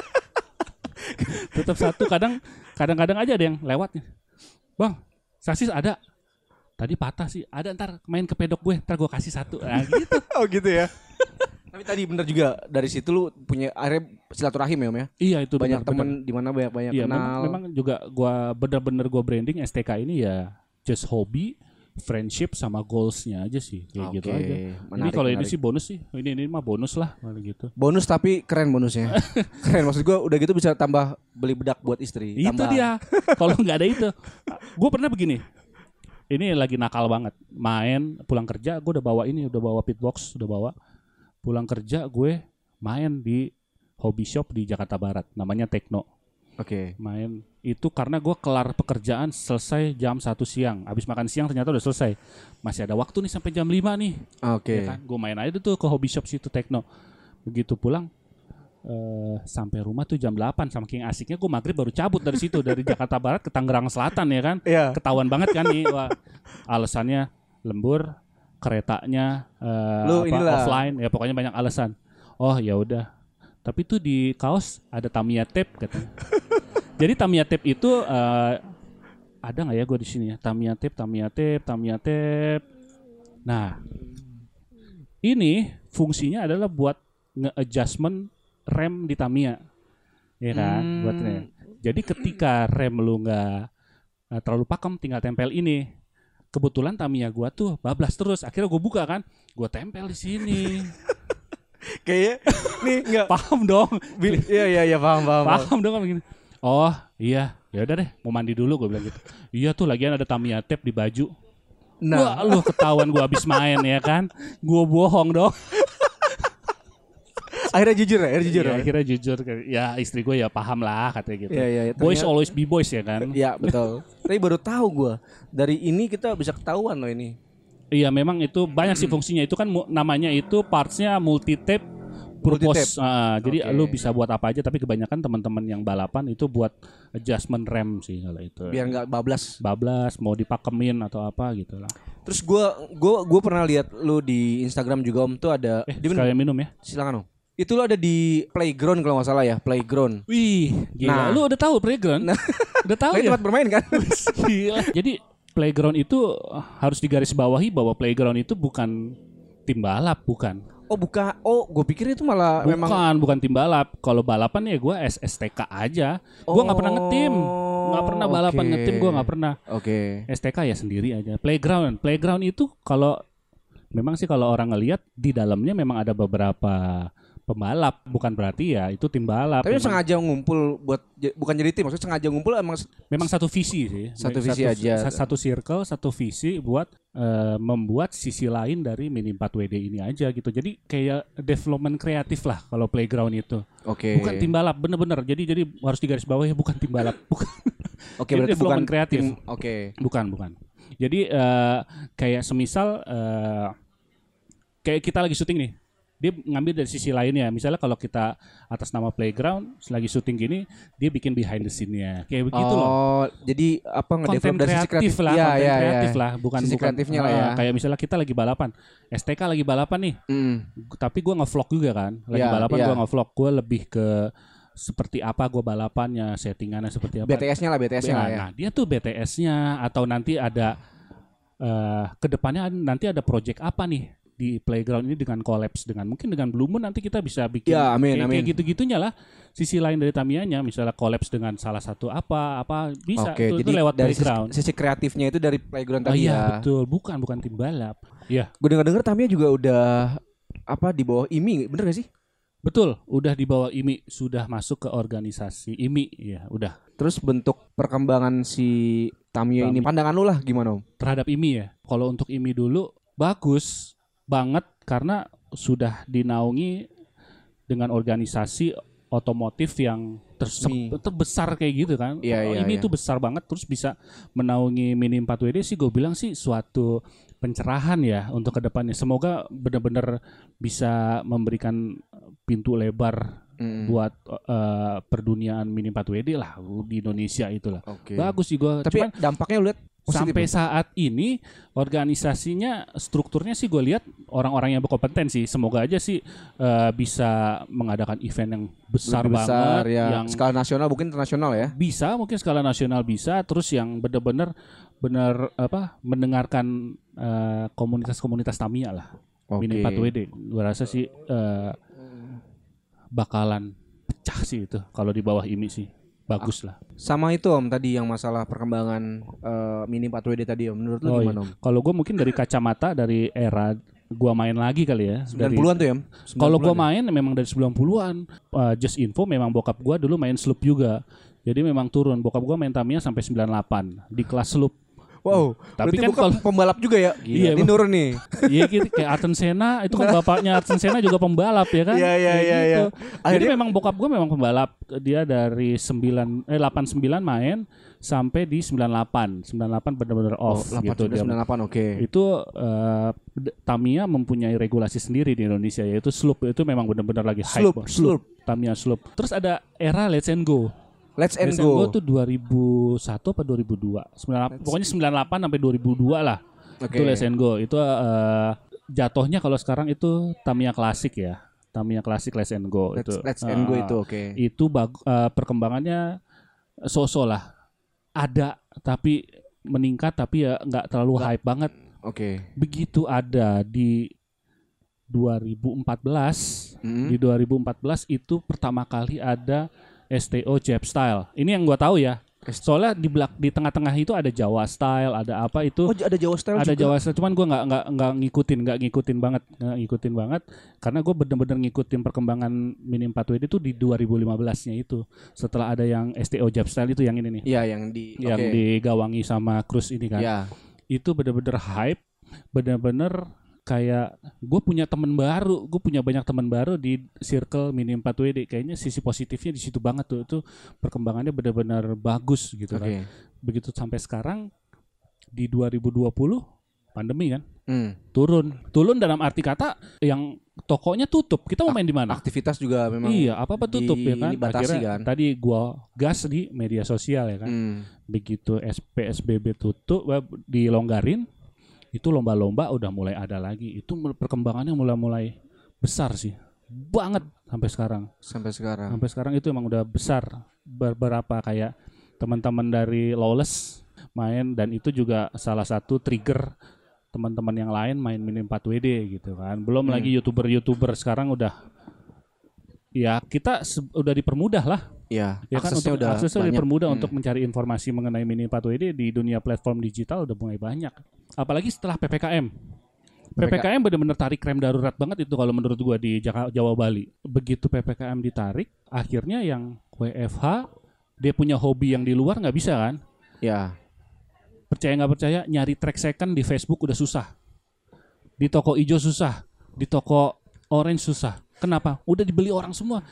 Tetap satu. Kadang kadang-kadang aja ada yang lewat nih. Bang, sasis ada. Tadi patah sih. Ada ntar main ke pedok gue. Ntar gue kasih satu. Nah gitu. Oh gitu ya. Tapi tadi bener juga dari situ lu punya akhirnya silaturahim ya Om ya. Iya itu Banyak benar, temen benar. di mana banyak-banyak Iya, kenal. memang, memang juga gua bener-bener gua branding S T K ini ya just hobi, friendship sama goalsnya aja sih kayak Oke, gitu aja. menarik, Ini kalau ini menarik. sih bonus sih, ini ini mah bonus lah gitu. Bonus tapi keren bonusnya. Keren maksud gua udah gitu bisa tambah beli bedak buat istri. Itu tambah. dia. Kalau nggak ada itu, gue pernah begini. Ini lagi nakal banget. Main pulang kerja, gue udah bawa ini, udah bawa pitbox, udah bawa. Pulang kerja gue main di hobby shop di Jakarta Barat, namanya Tekno. Oke. Main itu karena gue kelar pekerjaan selesai jam satu siang. Abis makan siang ternyata udah selesai. Masih ada waktu nih sampai jam lima nih. Oke. Ya kan? Gue main aja tuh ke hobby shop situ Tekno. Begitu pulang Uh, sampai rumah tuh jam delapan, sama king asiknya gue maghrib baru cabut dari situ, dari Jakarta Barat ke Tangerang Selatan ya kan. Iya. Ketahuan banget kan nih. Wah, alasannya lembur, keretanya uh, Lu apa, inilah. offline ya, pokoknya banyak alasan. Oh ya udah, tapi tuh di kaos ada Tamiya tape katanya. Jadi Tamiya tape itu uh, ada nggak ya gue di sini ya, Tamiya tape, Tamiya tape, Tamiya tape. Nah ini fungsinya adalah buat nge-adjustment rem di Tamiya, ya kan, Hmm. buat rem. Jadi ketika rem lu nggak uh, terlalu pakem, tinggal tempel ini. Kebetulan Tamiya gua tuh bablas terus. Akhirnya gua buka kan, gua tempel di sini. Kayaknya nih enggak Paham dong? Iya iya iya paham paham. paham. Paham dong kan begini. Oh iya, ya udah deh, mau mandi dulu gua bilang gitu. Iya tuh lagian ada Tamiya tape di baju. Nah, Wah, lu ketahuan gua habis main ya kan. Gua bohong dong. akhirnya jujur ya, akhirnya jujur. Ya, ya? akhirnya jujur, ya istri gue ya paham lah katanya gitu. Iya, iya, iya. Boys Ternyata- always be boys ya kan. Iya betul. Tapi baru tahu gue dari ini kita bisa ketahuan loh ini. Iya memang itu banyak sih fungsinya. Itu kan mu- namanya itu partsnya multi tape purpose. Multi-tape. Ah, jadi Oke. lu bisa buat apa aja, tapi kebanyakan teman-teman yang balapan itu buat adjustment rem sih kalau itu. Biar nggak bablas. Bablas mau dipakemin atau apa gitu lah. Terus gue gue gue pernah lihat lu di Instagram juga Om tuh ada. Eh, Di mana? sekalian minum ya. Silakan Om. Itu lu ada di playground kalau nggak salah ya, playground. Wih, Nah. gila. Lu udah tahu playground? Udah tahu Oh, itu ya? tempat bermain kan? Gila. Jadi playground itu harus digarisbawahi bahwa playground itu bukan tim balap, bukan. Oh bukan. Oh gue pikir itu malah Bukan, memang. bukan tim balap. Kalau balapan ya gue S S T K aja. Gue nggak pernah ngetim, nggak pernah balapan oke. ngetim. Gue nggak pernah. Oke. S T K ya sendiri aja. Playground, playground itu kalau memang sih kalau orang ngelihat di dalamnya memang ada beberapa pembalap. Bukan berarti ya itu tim balap. Tapi memang, sengaja ngumpul buat j- bukan jadi tim, maksudnya sengaja ngumpul emang s- memang satu visi sih. Satu visi aja. Satu circle, satu visi buat eh, membuat sisi lain dari Mini empat W D ini aja gitu. Jadi kayak development kreatif lah kalau playground itu. Oke. Bukan tim balap, bener-bener. Jadi jadi harus digarisbawahi bukan tim balap, bukan. Oke, Ini berarti bukan development kreatif. tim- Oke. Bukan, bukan. Jadi eh, kayak semisal eh, kayak kita lagi syuting nih. Dia ngambil dari sisi lainnya. Misalnya kalau kita atas nama playground lagi syuting gini, dia bikin behind the scene-nya. Kayak begitu loh. Oh, jadi apa Konten ngedevelop dari sisi kreatif kreatif lah, Iya, konten iya, kreatif iya. lah, bukan Sisi bukan kreatifnya lah ya. ah, kayak misalnya kita lagi balapan, S T K lagi balapan nih, Mm. tapi gue nge-vlog juga kan, lagi Iya, balapan iya. gue nge-vlog, gue lebih ke seperti apa gue balapannya, settingannya seperti apa. B T S-nya lah, B T S-nya Nah, lah ya. nah, dia tuh B T S-nya atau nanti ada eh kedepannya nanti ada project apa nih di playground ini dengan collapse dengan mungkin dengan Blue Moon nanti kita bisa bikin Ya, amin, kayak, amin. kayak gitu-gitunya lah sisi lain dari Tamiyanya misalnya collapse dengan salah satu apa apa bisa Oke, itu, itu jadi lewat dari sisi, playground. sisi kreatifnya itu dari playground Oh tadi iya ya. betul, bukan bukan tim balap. Iya, Gue dengar-dengar Tamiya juga udah apa di bawah I M I, bener gak sih? betul. Udah dibawa I M I, sudah masuk ke organisasi I M I, ya udah. Terus bentuk perkembangan si Tamiya ini, Tamiya. pandangan lu lah gimana Om? Terhadap I M I ya. Kalau untuk I M I dulu bagus banget karena sudah dinaungi dengan organisasi otomotif yang terse- Resmi. terbesar kayak gitu kan. Iya, Oh, iya, I M I iya. itu besar banget terus bisa menaungi Mini empat W D sih gue bilang sih suatu pencerahan ya untuk kedepannya. Semoga benar-benar bisa memberikan pintu lebar Mm. buat eh, perduniaan Mini empat W D lah di Indonesia itulah. Oke. Bagus sih gue. Tapi dampaknya lu lihat positif Sampai Om? saat ini organisasinya strukturnya sih gue lihat orang-orang yang berkompeten sih. Semoga aja sih eh, bisa mengadakan event yang besar, Lebih besar banget ya. yang Skala nasional mungkin internasional ya. bisa mungkin skala nasional bisa terus yang benar-benar benar apa mendengarkan eh, komunitas-komunitas Tamiya lah. Mini empat W D. Gua rasa sih uh, bakalan pecah sih itu kalau di bawah I M I sih. Bagus lah. Sama itu Om tadi yang masalah perkembangan uh, Mini empat W D tadi Om. Menurut lu oh, gimana iya. Om? Kalau gue mungkin dari kacamata dari era gua main lagi kali ya. sembilan puluhan tuh ya? Kalau gua main memang dari sembilan puluhan. Uh, just info memang bokap gua dulu main sloop juga. Jadi memang turun. Bokap gua main Tamiya sampai sembilan puluh delapan di kelas sloop. Wow, tapi kan kalau pembalap juga ya? Gila, iya, ini nurun nih. Iya gitu, kayak Ayrton Senna, itu kan bapaknya Ayrton Senna juga pembalap ya kan? Iya iya iya. Gitu. Ya. Jadi memang bokap gue memang pembalap. Dia dari sembilan eh delapan puluh sembilan main sampai di sembilan puluh delapan. sembilan puluh delapan benar-benar off oh, gitu dia. sembilan puluh delapan oke. Okay. Itu uh, Tamiya mempunyai regulasi sendiri di Indonesia, yaitu sloop. Itu memang benar-benar lagi hype. Sloop, sloop. Tamiya sloop. Terus ada era Let's and Go. Let's and Let's Go. Go tuh dua ribu satu apa dua ribu dua? sembilan, pokoknya sembilan puluh delapan sampai dua ribu dua lah. Okay. Itu Let's and Go. Itu uh, jatuhnya kalau sekarang itu Tamiya klasik ya. Tamiya klasik Let's and Go Let's, itu. Let's and Go uh, itu oke. Okay. Itu bag, uh, perkembangannya so-so lah. Ada tapi meningkat tapi ya nggak terlalu Nggak. hype banget. Oke. Okay. Begitu ada di dua ribu empat belas, mm-hmm. di dua ribu empat belas itu pertama kali ada S T O Jap Style. Ini yang gua tahu ya. Soalnya di belak di tengah-tengah itu ada Jawa Style, ada apa itu? Oh, ada Jawa Style ada juga. Jawa Style, cuman gua nggak nggak nggak ngikutin, nggak ngikutin banget, nggak ngikutin banget, karena gua bener-bener ngikutin perkembangan Mini empat W D itu di dua ribu lima belas-nya itu. Setelah ada yang S T O Jap Style itu yang ini nih. Iya, yang di yang okay. digawangi sama Cruise ini kan. Iya. Itu bener-bener hype, bener-bener kayak gue punya teman baru, gue punya banyak teman baru di circle Mini empat W D. Kayaknya sisi positifnya di situ banget tuh. Itu perkembangannya benar-benar bagus gitu okay. kan. Begitu sampai sekarang di dua ribu dua puluh pandemi kan. Hmm. Turun. Turun dalam arti kata yang tokonya tutup. Kita mau main di mana? Aktivitas juga memang. Iya, apa-apa tutup ya kan. Akhirnya kan? Tadi gua gas di media sosial ya kan. Hmm. Begitu P S B B tutup, dilonggarin. Itu lomba-lomba udah mulai ada lagi. Itu perkembangannya mulai-mulai besar sih. Banget sampai sekarang. Sampai sekarang. Sampai sekarang itu emang udah besar. Beberapa kayak teman-teman dari Lawless main, dan itu juga salah satu trigger teman-teman yang lain main Mini empat W D gitu kan. Belum hmm. lagi YouTuber-YouTuber sekarang udah, ya kita se- udah dipermudah lah. Ya, ya kan, aksesnya untuk udah aksesnya banyak. dipermudah hmm. untuk mencari informasi mengenai Mini empat W D di dunia platform digital udah mulai banyak. Apalagi setelah P P K M. P P K M benar-benar tarik rem darurat banget itu kalau menurut gua di Jawa Bali. Begitu P P K M ditarik, akhirnya yang W F H dia punya hobi yang di luar nggak bisa kan? Ya. Percaya nggak percaya, nyari track second di Facebook udah susah. Di toko hijau susah, di toko orange susah. Kenapa? Udah dibeli orang semua.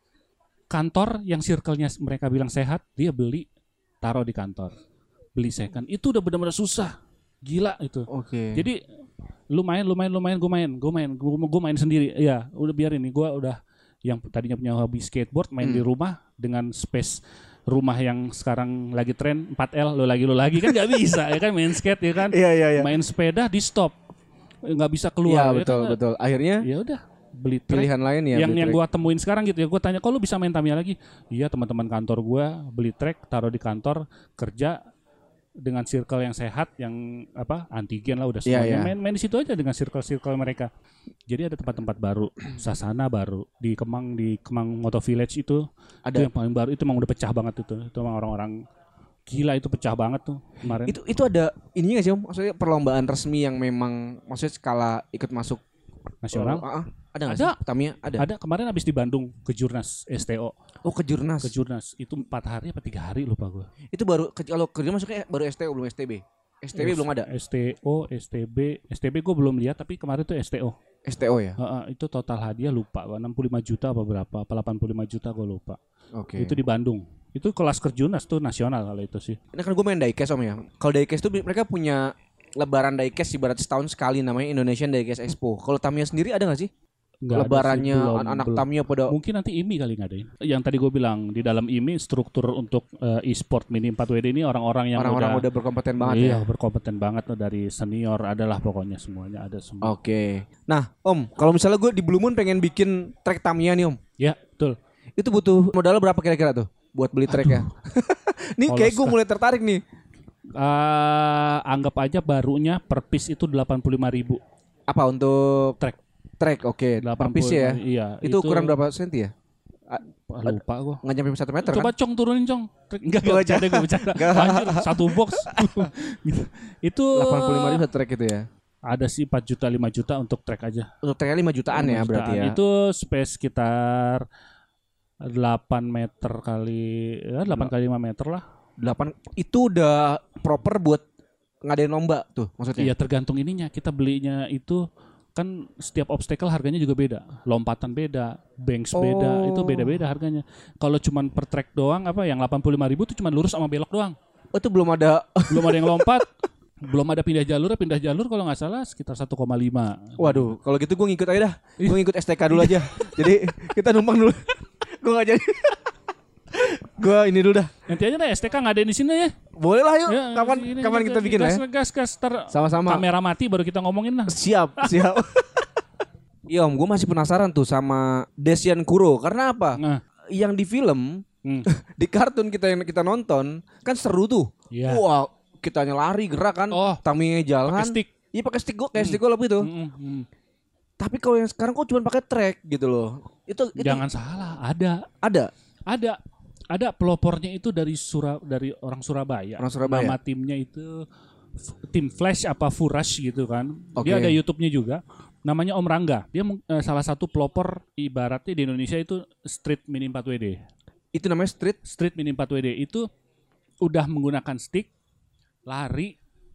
Kantor yang circle-nya mereka bilang sehat, dia beli, taruh di kantor. Beli second. Itu udah benar-benar susah. Gila itu. Oke. Okay. Jadi lu main, lu main, lu main, gue main, gue main, gue main sendiri. Ya, udah biarin nih, gue udah yang tadinya punya hobi skateboard, main hmm. di rumah dengan space rumah yang sekarang lagi tren empat L, lo lagi lo lagi kan nggak bisa ya kan, main skate ya kan. Iya iya iya. Main sepeda di stop, nggak bisa keluar. Iya betul ya kan? betul. Akhirnya ya udah beli track. Pilihan lain ya. Yang yang gue temuin sekarang gitu ya, gue tanya, kok lu bisa main Tamiya lagi? Iya, teman-teman kantor gue beli track, taruh di kantor, kerja dengan circle yang sehat, yang apa antigen lah udah semuanya. Yeah, yeah. Main main di situ aja dengan circle-circle mereka. Jadi ada tempat-tempat baru, Sasana baru di Kemang, di Kemang Moto Village itu ada. Itu yang paling baru, itu emang udah pecah banget itu. Itu emang orang-orang gila, itu pecah banget tuh kemarin. Itu itu ada ininya nggak sih Om? Maksudnya perlombaan resmi yang memang maksudnya skala ikut masuk nasional? Uh, uh, ada nggak sih? Tamiya ada. Ada, kemarin habis di Bandung ke Jurnas S T O. Oh ke Jurnas. Ke Jurnas itu empat hari apa tiga hari lupa gue. Itu baru kalau ke Jurnas masuknya baru S T O belum S T B. S T B S, belum ada. S T O, S T B, S T B gue belum lihat, tapi kemarin tuh S T O. S T O ya. Uh, uh, itu total hadiah lupa, enam puluh lima juta apa berapa? Apa delapan puluh lima juta gue lupa. Oke. Okay. Itu di Bandung. Itu kelas ke Jurnas tuh nasional kalau itu sih. Ini kan gue main diecast Om ya. Kalau diecast tuh mereka punya lebaran diecast ibarat setahun sekali, namanya Indonesian Diecast Expo. Kalau Tamiya sendiri ada nggak sih? Nggak lebarannya sih, belum, anak-anak belum. Tamiya pada. Mungkin nanti I M I kali ngadain. Yang tadi gue bilang di dalam I M I struktur untuk uh, e-sport Mini empat W D ini orang-orang yang orang-orang udah, udah berkompeten banget iya, ya. Iya, berkompeten banget dari senior adalah pokoknya semuanya ada semua. Oke. Okay. Nah, Om, kalau misalnya gue di Blue Moon pengen bikin track Tamiya nih, Om. Ya, betul. Itu butuh modal berapa kira-kira tuh buat beli track ya? Nih kayak gue mulai tertarik nih. Uh, anggap aja barunya per piece itu delapan puluh lima ribu. Apa untuk track? Track, oke. delapan Per piece puluh ya. Iya. Itu, ukuran berapa senti ya? Ah, lupa gua. Nggak nyampe satu meter Coba kan? Cong turunin Cong. Track- Enggak, Gua enggak aja. bercanda, gue bercanda. Nggak. Anjir, satu box. Gitu. Itu delapan puluh lima ribu satu track itu ya. ada sih empat juta lima juta untuk track aja. Untuk tracknya lima jutaan ya lima berarti jutaan. ya. Itu space sekitar delapan meter kali ya delapan kali lima meter lah. delapan itu udah proper buat ngadain lomba tuh maksudnya. Iya, tergantung ininya. Kita belinya itu kan setiap obstacle harganya juga beda. Lompatan beda, banks beda, Oh. itu beda-beda harganya. Kalau cuman per track doang apa yang delapan puluh lima ribu itu cuman lurus sama belok doang. Oh, itu belum ada. Belum ada yang lompat. Belum ada pindah jalur, pindah jalur kalau nggak salah sekitar satu koma lima. Waduh, kalau gitu gue ngikut aja dah. Gue ngikut S T K dulu aja. Jadi kita numpang dulu. Gue nggak jadi. Gue ini dulu dah. Nanti aja deh S T K ngadain di sini ya. Boleh lah yuk. Ya, kapan ini kapan gas, kita bikin gas, ya? Gas, gas, tar Sama-sama. kamera mati baru kita ngomongin lah. Siap, siap. Iya om, gue masih penasaran tuh sama Desian Kuro. Karena apa? Nah, Yang di film, hmm. di kartun kita yang kita nonton kan seru tuh. Iya. Wah, kitanya lari gerak kan. Oh, Tamiya jalan. pakai stick. Iya pakai stick gue, kayak stick golf itu. Mm, mm, mm. Tapi kalau yang sekarang kok cuma pakai track gitu loh. Itu, itu Jangan salah, ada, ada. ada, ada pelopornya itu dari Sura, dari orang Surabaya. Orang Surabaya. Nama timnya itu F- tim Flash apa Furash gitu kan. Oke. Dia ada YouTube-nya juga. Namanya Om Rangga. Dia mung- eh, salah satu pelopor ibaratnya di Indonesia itu Street Mini empat W D. Itu namanya street. Street Mini empat W D itu udah menggunakan stick, lari,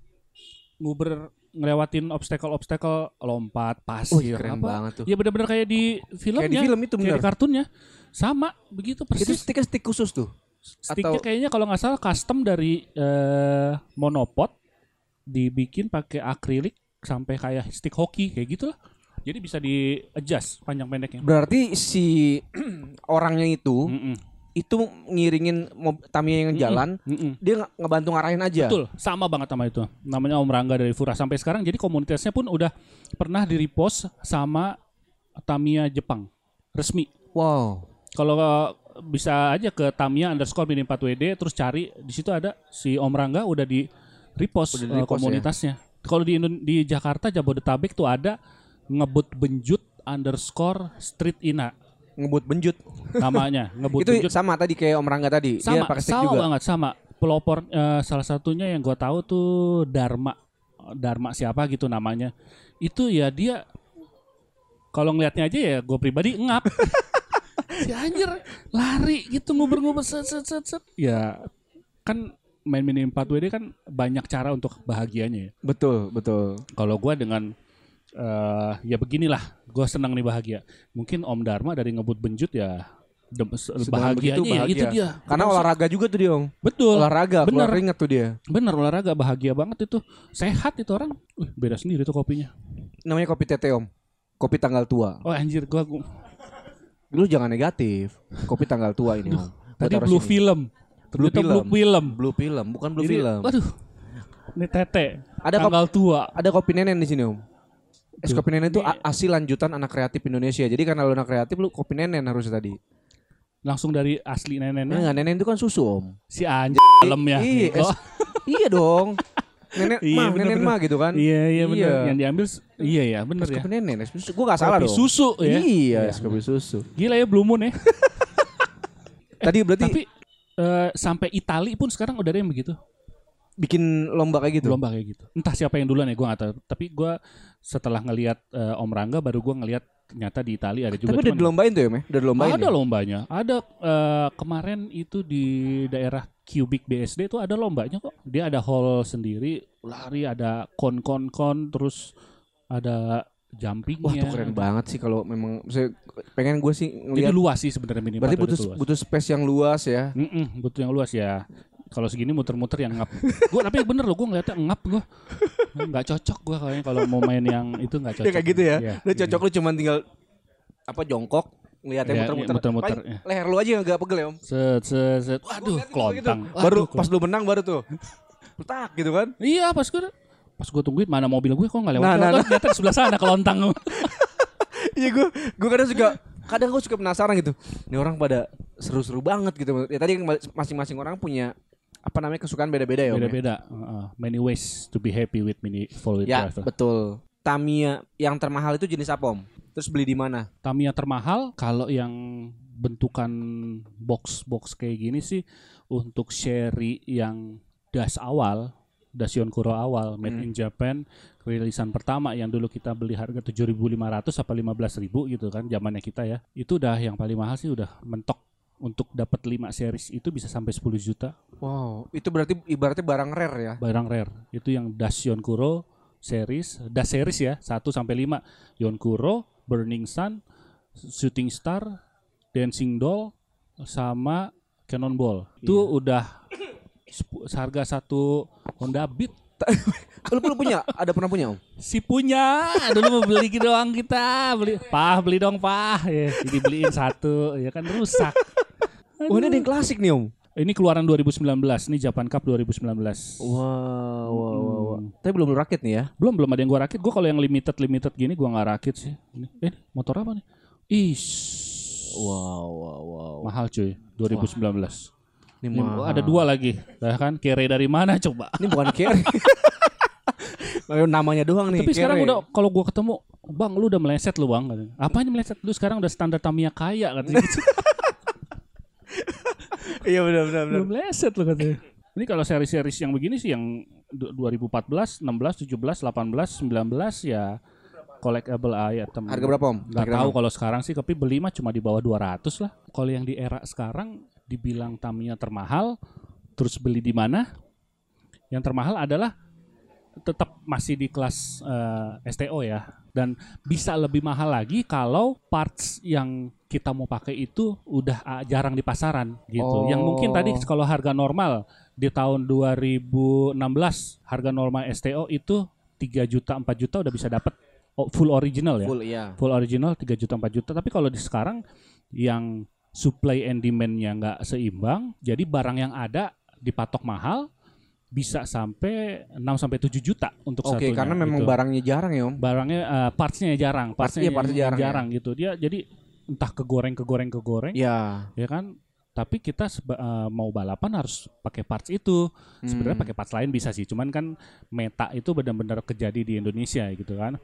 nguber ngelewatin obstacle-obstacle, lompat, Oh, pasir, keren apa. banget tuh. Ya benar-benar kayak di filmnya. Kayak di film itu kayak benar. di kartunnya. Sama, begitu Itu persis. sticknya stick khusus tuh. Sticknya atau- kayaknya kalau nggak salah custom dari eh, monopod, dibikin pakai akrilik sampai kayak stick hoki kayak gitulah. Jadi bisa di adjust panjang pendeknya. Berarti si orangnya itu Mm-mm. itu ngiringin mob, Tamiya yang jalan, Mm-mm. dia nge- ngebantu ngarahin aja. Betul, sama banget sama itu. Namanya Om Rangga dari Fura. Sampai sekarang jadi komunitasnya pun udah pernah di-repost sama Tamiya Jepang resmi. Wow. Kalau uh, bisa aja ke Tamiya underscore mini empat W D terus cari di situ ada si Om Rangga udah di repost, Udah uh, di-repost komunitasnya. Kalau di Indo- di Jakarta Jabodetabek tuh ada ngebut benjut underscore street ina Ngebut benjut. namanya ngebut Itu benjut. sama tadi kayak Om Rangga tadi. Dia Sama, pakai stick sama juga. banget sama. Pelopor eh, salah satunya yang gue tahu tuh Dharma, Dharma siapa gitu namanya. Itu ya dia kalau ngelihatnya aja ya gue pribadi ngap. Si anjir lari gitu nguber-nguber set set set set. Ya kan main mini empat W D kan banyak cara untuk bahagianya ya. Betul, betul. Kalau gue dengan eh, ya beginilah, gue senang nih bahagia. Mungkin Om Dharma dari ngebut benjut ya dem- Sedang bahagianya begitu ya bahagia. itu dia. Karena Kita- olahraga juga tuh dia, Om. Betul. Olahraga, Bener. keluar keringat tuh dia. Bener olahraga bahagia banget itu. Sehat itu orang. Wih, beda sendiri tuh kopinya. Namanya kopi tete, Om. Kopi tanggal tua. Oh anjir gua, gua Lu jangan negatif. Kopi tanggal tua ini, Om. Gua tadi taruh blue sini. film. Blue Ternyata blue film. film. Blue film, bukan blue Jadi, film. Waduh. Ini tete. Ada kop- tanggal tua. Ada kopi nenen di sini, Om. Es Tuh. kopi nenen itu Ini- a- hasil lanjutan anak kreatif Indonesia. Jadi karena lu anak kreatif, lu kopi nenen harusnya tadi. Langsung dari asli neneknya. Enggak, nenen itu kan susu, Om. Si anjir dalam ya. Iya, Oh, es- iya dong. Nenek Iya, mah, bener, nenen bener. mah gitu kan. iya iya benar. Iya. Yang diambil s- iya ya bener Es ya. kopi nenen, es susu. Gua enggak salah Kopi dong. susu ya. Iya, es kopi susu. Gila ya Blue Moon ya. Tadi berarti Tapi eh, sampai Itali pun sekarang udah ada yang begitu. bikin lomba kayak gitu. Lomba kayak gitu. Entah siapa yang duluan ya gue gak tahu. Tapi gue setelah ngelihat eh, Om Rangga baru gue ngelihat ternyata di Itali ada juga. Tapi udah Cuman- dilombain tuh ya, Meh? Udah dilombain. ada ya? lombanya. Ada eh, kemarin itu di daerah Cubic B S D itu ada lombanya kok. Dia ada hall sendiri, lari, ada kon-kon-kon, terus ada jumpingnya. Wah, tuh keren banget sih kalau memang saya pengen gue sih Jadi ngelihat. luas sih sebenarnya mini Berarti empat W D butuh itu luas. butuh space yang luas ya. Mm-mm, butuh yang luas ya. Kalau segini muter-muter yang ngap. Gue tapi bener loh, gue ngeliatnya ngap gue. Nggak cocok gue kayaknya kalau mau main yang itu nggak cocok. Ya kayak gitu ya. Iya, Udah cocok lu cuman tinggal apa jongkok ngeliatnya Iya, muter-muter. iya, muter-muter, Paling iya. leher lu aja yang agak pegel ya, Om. Set, set, set. Waduh, kelontang. Baru Waduh, pas lu menang baru tuh. Letak gitu kan. iya pas gue pas gue tungguin mana mobil gue kok nggak lewat. Nah, nah, Nah, ternyata di sebelah sana kelontang. Iya gue gue kadang suka kadang gue suka penasaran gitu. Ini orang pada seru-seru banget gitu. Ya tadi masing-masing orang punya apa namanya kesukaan beda-beda ya, Om. ya? Beda-beda. Uh, many ways to be happy with mini four wheel Ya, drive. lah. betul. Tamiya yang termahal itu jenis apa, Om? Terus beli di mana? Tamiya termahal kalau yang bentukan box-box kayak gini sih untuk seri yang dash awal, dash Yonkuro awal, made Hmm. in Japan, rilisan pertama yang dulu kita beli harga tujuh ribu lima ratus apa lima belas ribu gitu kan zamannya kita ya. Itu udah yang paling mahal sih udah mentok. Untuk dapat lima series itu bisa sampai sepuluh juta. Wow, itu berarti ibaratnya barang rare ya. Barang rare. Itu yang dash Yonkuro series, dash series ya, satu sampai lima. Yonkuro, Burning Sun, Shooting Star, Dancing Doll sama Cannonball. Itu Iya. udah sepu- seharga satu Honda Beat. Lu, lu punya? Ada pernah punya, Om? Si punya, dulu mau beli gitu doang kita, beli, pah beli dong pah, ya, dibeliin satu, ya kan rusak. Wah, ini ada yang klasik nih, Om. Ini keluaran dua ribu sembilan belas, ini Japan Cup dua ribu sembilan belas. Wow, wow, wow, wow. Hmm. Tapi belum lu rakit nih ya? Belum belum ada yang gua rakit. Gua kalau yang limited limited gini gua nggak rakit sih. Ini, eh motor apa nih? Ish, Wow, wow, wow. mahal cuy, dua ribu sembilan belas. Ini Ini mahal. ada dua lagi, ya kan? Kere dari mana coba? Ini bukan carry. Namanya doang nih. Tapi sekarang Kere. udah kalau gua ketemu, bang, lu udah meleset lu bang. Katanya. Apanya meleset? Lu sekarang udah standar Tamiya kaya katanya. Gitu. Iya benar benar benar. Belum meleset lu katanya. Ini kalau seri-series yang begini sih yang du- dua ribu empat belas, enam belas, tujuh belas, delapan belas, sembilan belas ya collectible item. Harga berapa, Om? Gak Kira-kira, tahu Om? kalau sekarang sih, tapi beli mah cuma di bawah dua ratus lah. Kalau yang di era sekarang dibilang Tamiya termahal, terus beli di mana? Yang termahal adalah tetap masih di kelas eh, S T O ya, dan bisa lebih mahal lagi kalau parts yang kita mau pakai itu udah ah, jarang di pasaran gitu. Oh. Yang mungkin tadi kalau harga normal di tahun dua ribu enam belas harga normal S T O itu tiga juta empat juta udah bisa dapat oh, full original ya. Full iya. Full original tiga juta empat juta, tapi kalau di sekarang yang supply and demand-nya nggak seimbang, jadi barang yang ada dipatok mahal bisa sampai enam sampai tujuh juta untuk Oke, satunya. karena memang gitu. barangnya jarang ya, Om. Barangnya eh, partsnya jarang, partsnya iya, partsnya yang jarang, gitu. Dia jadi entah kegoreng kegoreng kegoreng, Iya. ya kan? Tapi kita seba- eh, mau balapan harus pakai parts itu. Sebenarnya Hmm. pakai parts lain bisa sih, cuman kan meta itu benar-benar kejadi di Indonesia gitu kan.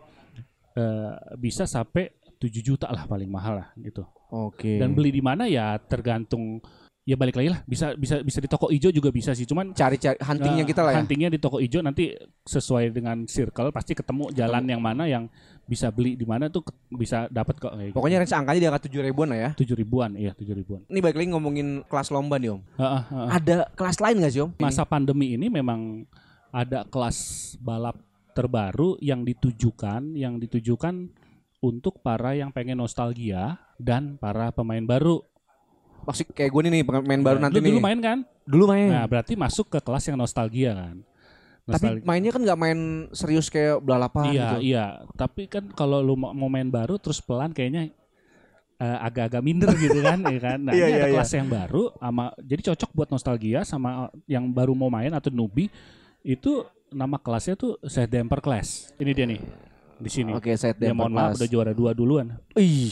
Eh, bisa sampai tujuh juta lah paling mahal lah gitu. Oke. Dan beli di mana ya tergantung, ya balik lagi lah, bisa bisa bisa di toko ijo juga bisa sih, cuman Cari-cari huntingnya Nah, kita lah ya. huntingnya di toko ijo nanti sesuai dengan circle pasti ketemu jalan yang mana yang bisa beli di mana tuh ke- bisa dapat kok kayak Pokoknya range angkanya di angka tujuh ribuan lah ya. tujuh ribuan, iya tujuh ribuan. Ini balik lagi ngomongin kelas lomba nih, Om. Heeh, heeh. Ada kelas lain nggak sih, Om? Masa pandemi ini memang ada kelas balap terbaru yang ditujukan yang ditujukan untuk para yang pengen nostalgia dan para pemain baru. Maksud kayak gue nih nih pemain baru Nah, nanti lu nih. dulu main kan? Dulu main. Nah, berarti masuk ke kelas yang nostalgia kan. Tapi mainnya kan nggak main serius kayak balapan Iya, gitu. iya. Tapi kan kalau lu mau mau main baru terus pelan kayaknya eh, agak-agak minder gitu kan, ya kan. Nah, Iya, ini iya, ada iya. kelas yang baru sama jadi cocok buat nostalgia sama yang baru mau main atau newbie. Itu nama kelasnya tuh Side Damper Class. Ini dia nih. Di sini. Oke, saya Ya mohon maaf udah juara dua duluan. Ih.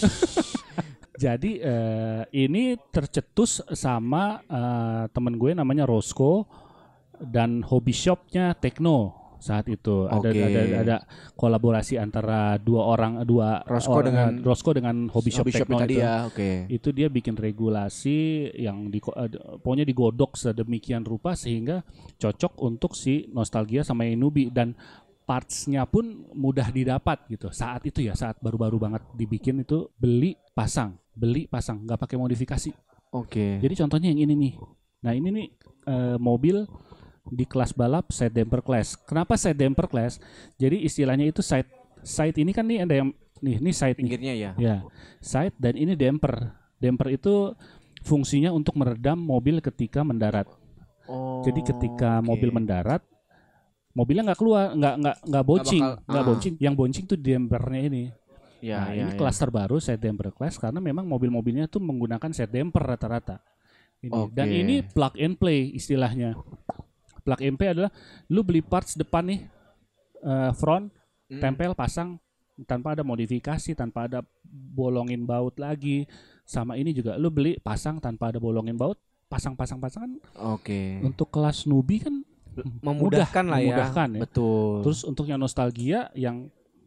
Jadi eh, ini tercetus sama eh, temen gue namanya Roscoe dan hobby shopnya Tekno saat itu. Ada, Oke. ada ada kolaborasi antara dua orang dua Roscoe orang, dengan- Roscoe dengan hobby shop Hobby shop Tekno tadi itu. ya, oke. Itu dia bikin regulasi yang di eh, pokoknya digodok sedemikian rupa sehingga cocok untuk si nostalgia sama yang newbie, dan partsnya pun mudah didapat gitu saat itu ya, saat baru-baru banget dibikin itu, beli pasang beli pasang nggak pakai modifikasi. Oke. Jadi contohnya yang ini nih, nah ini nih eh, mobil di kelas balap side damper class. Kenapa side damper class? Jadi istilahnya itu side side ini kan nih ada yang nih ini side nih. Pinggirnya ya. Ya, side dan ini damper. Damper itu fungsinya untuk meredam mobil ketika mendarat. Oh. Jadi ketika oke. mobil mendarat, mobilnya nggak keluar, nggak nggak nggak boncing, bakal- nggak ah. boncing. Yang boncing tuh dampernya ini. Ya, Nah, ya, ini ya. kelas terbaru side damper class karena memang mobil-mobilnya tuh menggunakan side damper rata-rata. Ini. Oke. Dan ini plug and play istilahnya. Plug and play adalah lu beli parts depan nih, eh, front, Hmm. tempel, pasang tanpa ada modifikasi, tanpa ada bolongin baut lagi. Sama ini juga lu beli pasang tanpa ada bolongin baut, pasang-pasang-pasangan. Oke. Untuk kelas newbie kan Memudahkan lah ya. memudahkan ya. Betul. Terus untuk yang nostalgia yang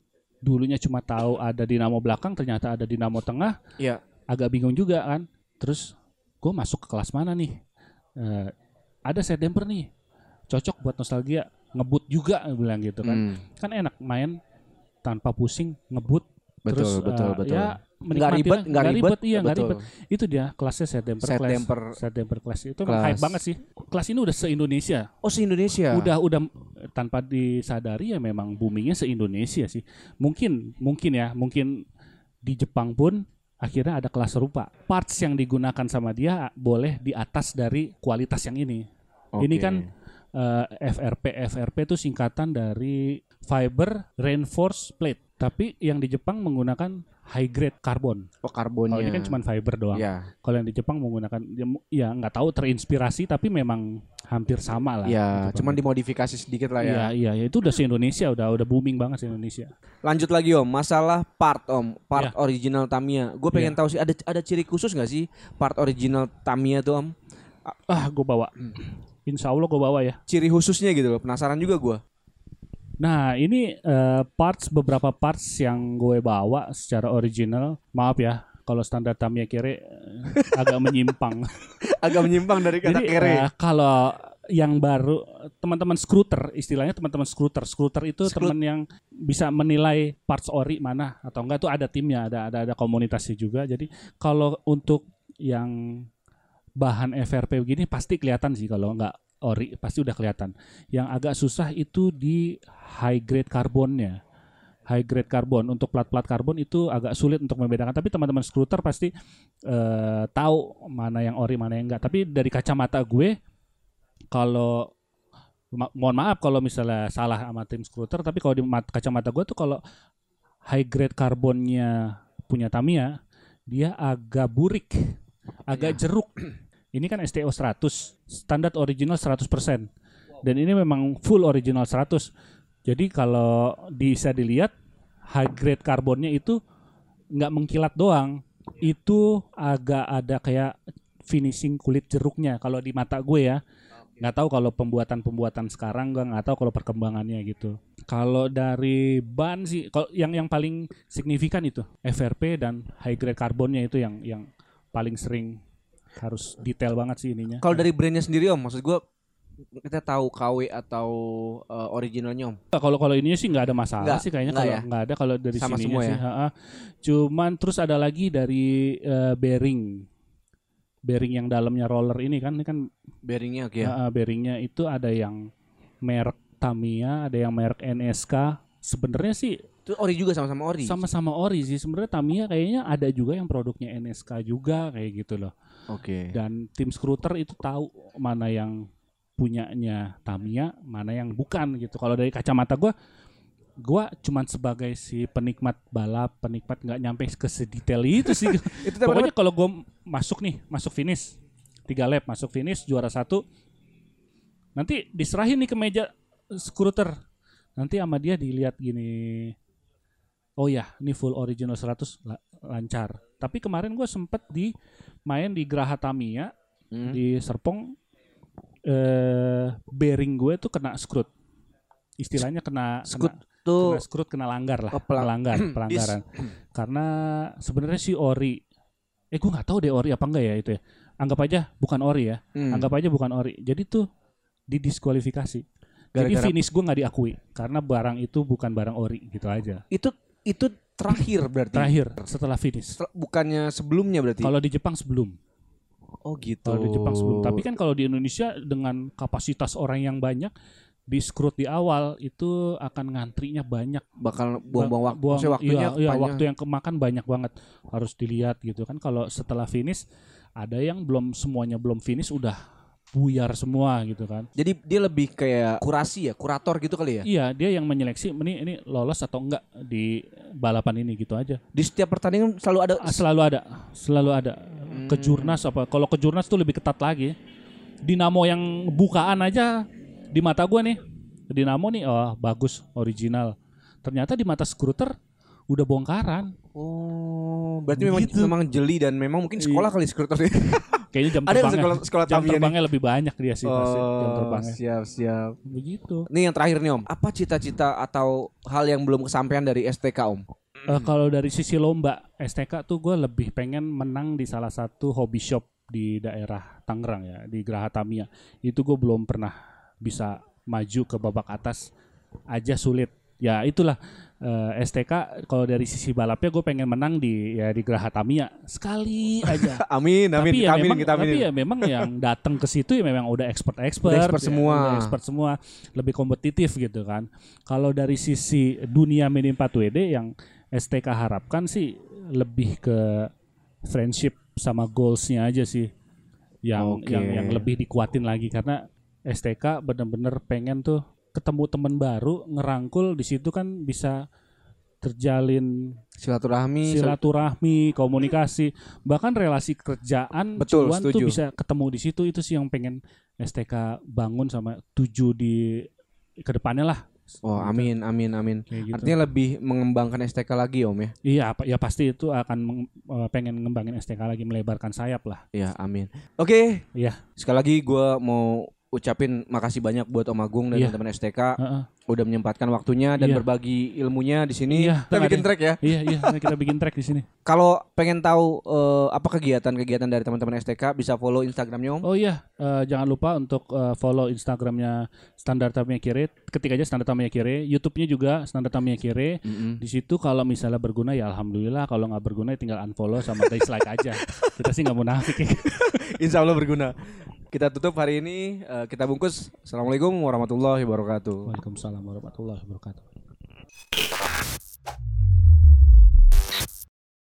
dulunya cuma tahu ada dinamo belakang, ternyata ada dinamo tengah. Iya. Agak bingung juga kan. Terus gue masuk ke kelas mana nih? Uh, ada September nih, cocok buat nostalgia, ngebut juga bilang gitu kan. Hmm. Kan enak main tanpa pusing, ngebut. Betul, terus betul, uh, betul. Ya nggak ribet, nggak ribet, ribet, iya nggak ribet. Itu dia kelasnya September, September class, September class itu memang hype banget sih. Kelas ini udah se-Indonesia. Oh se-Indonesia. Udah, udah tanpa disadari ya memang boomingnya se-Indonesia sih. Mungkin, mungkin ya, mungkin di Jepang pun akhirnya ada kelas serupa. Parts yang digunakan sama dia boleh di atas dari kualitas yang ini. Okay. Ini kan uh, F R P. F R P itu singkatan dari Fiber Reinforced Plate. Tapi yang di Jepang menggunakan high grade karbon. Oh karbonnya. Kalau ini kan cuma fiber doang. Yeah. Kalau yang di Jepang menggunakan ya, ya nggak tahu terinspirasi tapi memang hampir sama lah. Ya, gitu, cuman dimodifikasi sedikit lah ya. Iya, iya, ya, itu udah se-Indonesia, udah udah booming banget se-Indonesia. Lanjut lagi Om, masalah part Om, part yeah. original Tamiya. Gue pengen yeah. tahu sih ada ada ciri khusus nggak sih part original Tamiya tuh Om? Ah, gue bawa. Insya Allah gue bawa ya. Ciri khususnya gitu loh, penasaran juga gue. Nah ini uh, parts beberapa parts yang gue bawa secara original. Maaf ya kalau standar Tamiya kere uh, agak menyimpang. Agak menyimpang dari kata Jadi, kere. Uh, kalau yang baru teman-teman scooter, istilahnya teman-teman scooter. Scooter itu Scroot. teman yang bisa menilai parts ori mana atau enggak, tuh ada timnya, ada ada ada komunitasnya juga. Jadi kalau untuk yang bahan F R P begini pasti kelihatan sih, kalau enggak ori pasti udah kelihatan. Yang agak susah itu di high grade karbonnya. High grade karbon, untuk plat-plat karbon itu agak sulit untuk membedakan. Tapi teman-teman scooter pasti uh, tahu mana yang ori mana yang enggak. Tapi dari kacamata gue, kalau ma- mohon maaf kalau misalnya salah sama tim scooter, tapi kalau di mat- kacamata gue tuh kalau high grade karbonnya punya Tamiya, dia agak burik, agak jeruk. Ini kan S T O seratus, standar original seratus persen. Dan ini memang full original seratus. Jadi kalau bisa dilihat high grade karbonnya itu nggak mengkilat doang. Itu agak ada kayak finishing kulit jeruknya kalau di mata gue ya. Nggak tahu kalau pembuatan-pembuatan sekarang, gue nggak tahu kalau perkembangannya gitu. Kalau dari ban sih, kalau yang yang paling signifikan itu F R P dan high grade karbonnya itu yang yang paling sering harus detail banget sih ininya. Kalau dari brandnya sendiri Om, maksud gue kita tahu K W atau uh, originalnya Om. Kalau kalau ininya sih nggak ada masalah nggak, sih kayaknya kalau ya? nggak ada kalau dari sama sininya semua sih. Ya? Ha-ha. Cuman terus ada lagi dari uh, bearing, bearing yang dalamnya roller ini kan, ini kan bearingnya oke. Okay, ya? uh, bearingnya itu ada yang merek Tamiya, ada yang merek N S K. Sebenarnya sih itu ori juga, sama-sama ori. Sama-sama ori sih sebenarnya. Tamiya kayaknya ada juga yang produknya N S K juga kayak gitu loh. Oke. Okay. Dan tim scooter itu tahu mana yang punyanya Tamiya, mana yang bukan gitu. Kalau dari kacamata gue, gue cuman sebagai si penikmat balap, penikmat nggak nyampe ke sedetail itu sih. Itu pokoknya kalau gue masuk nih, masuk finish, tiga lap masuk finish juara satu, nanti diserahin nih ke meja scooter. Nanti sama dia dilihat gini, oh ya ini full original seratus lancar. Tapi kemarin gue sempet di main di Geraha Tamiya hmm. di Serpong, eh, bearing gue tuh kena screw, istilahnya kena screw kena, tuh kena screw, kena langgar lah, oh, pelang- pelanggar pelanggaran. Karena sebenarnya si ori, eh gue nggak tahu deh ori apa enggak ya itu ya. Anggap aja bukan ori ya, hmm. anggap aja bukan ori. Jadi tuh didiskualifikasi. Jadi gara-gara finish gue nggak diakui karena barang itu bukan barang ori gitu aja. Itu itu terakhir berarti. Terakhir setelah finish. Setel, bukannya sebelumnya berarti. Kalau di Jepang sebelum. Oh gitu. Kalau di Jepang sebelum. Tapi kan kalau di Indonesia dengan kapasitas orang yang banyak, di screw di awal itu akan ngantrinya banyak. Bakal buang-buang waktu. Buang, waktunya iya, iya, waktu yang kemakan banyak banget. Harus dilihat gitu kan. Kalau setelah finish ada yang belum semuanya belum finish udah buyar semua gitu kan. Jadi dia lebih kayak kurasi ya, kurator gitu kali ya? Iya, dia yang menyeleksi ini ini lolos atau enggak di balapan ini gitu aja. Di setiap pertandingan selalu ada? Selalu ada, selalu ada. Hmm. Kejurnas apa? Kalau kejurnas tuh lebih ketat lagi. Dinamo yang bukaan aja di mata gue nih, Dinamo nih, oh bagus, original. Ternyata di mata scooter, udah bongkaran. Oh, berarti memang Begitu. memang jeli dan memang mungkin sekolah kali sekretarnya. Kayaknya jam Ada nggak terbangnya, sekolah sekolah jam Tamiya nih? terbangnya lebih banyak dia sih pasti jam Oh, terbangnya. siap siap. Begitu. Ini yang terakhir nih Om. Apa cita-cita atau hal yang belum kesampaian dari S T K Om? Eh, kalau dari sisi lomba S T K tuh gue lebih pengen menang di salah satu hobby shop di daerah Tangerang ya, di Geraha Tamiya. Itu gue belum pernah bisa maju ke babak atas aja sulit. Ya itulah eh, S T K kalau dari sisi balapnya gue pengen menang di ya di Geraha Tamiya sekali aja. Amin, amin, Tapi kita ya aminin, memang, kita aminin. tapi ya memang yang datang ke situ ya memang udah expert-expert, Udah expert ya, semua. udah expert semua, lebih kompetitif gitu kan. Kalau dari sisi dunia Mini empat W D yang S T K harapkan sih lebih ke friendship sama goalsnya aja sih, yang Oke. yang yang lebih dikuatin lagi karena S T K bener-bener pengen tuh ketemu teman baru, ngerangkul di situ kan bisa terjalin Silaturahmi. silaturahmi, komunikasi, bahkan relasi kerjaan, Betul, cuan tuh setuju. bisa ketemu di situ. Itu sih yang pengen S T K bangun sama tuju di kedepannya lah. Oh, amin, amin, amin. Kayak gitu. Artinya lebih mengembangkan S T K lagi Om ya. Iya, apa ya pasti itu akan meng- eh, pengen ngembangin S T K lagi, melebarkan sayap lah. Ya, amin. Oke, Iya, sekali lagi gue mau ucapin makasih banyak buat Om Agung dan Iya. teman-teman S T K heeh. udah menyempatkan waktunya dan Iya. berbagi ilmunya di sini. Iya, Kita nggak bikin ada- track ya. iya, iya, mari kita bikin track di sini. Kalau pengen tahu eh, apa kegiatan-kegiatan dari teman-teman S T K bisa follow Instagramnya Om. Oh iya, eh, jangan lupa untuk eh, follow Instagramnya Standar Tamiya Kire. Ketik aja Standar Tamiya Kire. YouTube-nya juga Standar Tamiya Kire. Mm-mm. Di situ kalau misalnya berguna ya alhamdulillah, kalau nggak berguna ya tinggal unfollow sama dislike aja. Kita sih nggak munafik ya. Insya Allah berguna. Kita tutup hari ini, eh, kita bungkus. Assalamualaikum warahmatullahi wabarakatuh. Waalaikumsalam warahmatullahi wabarakatuh.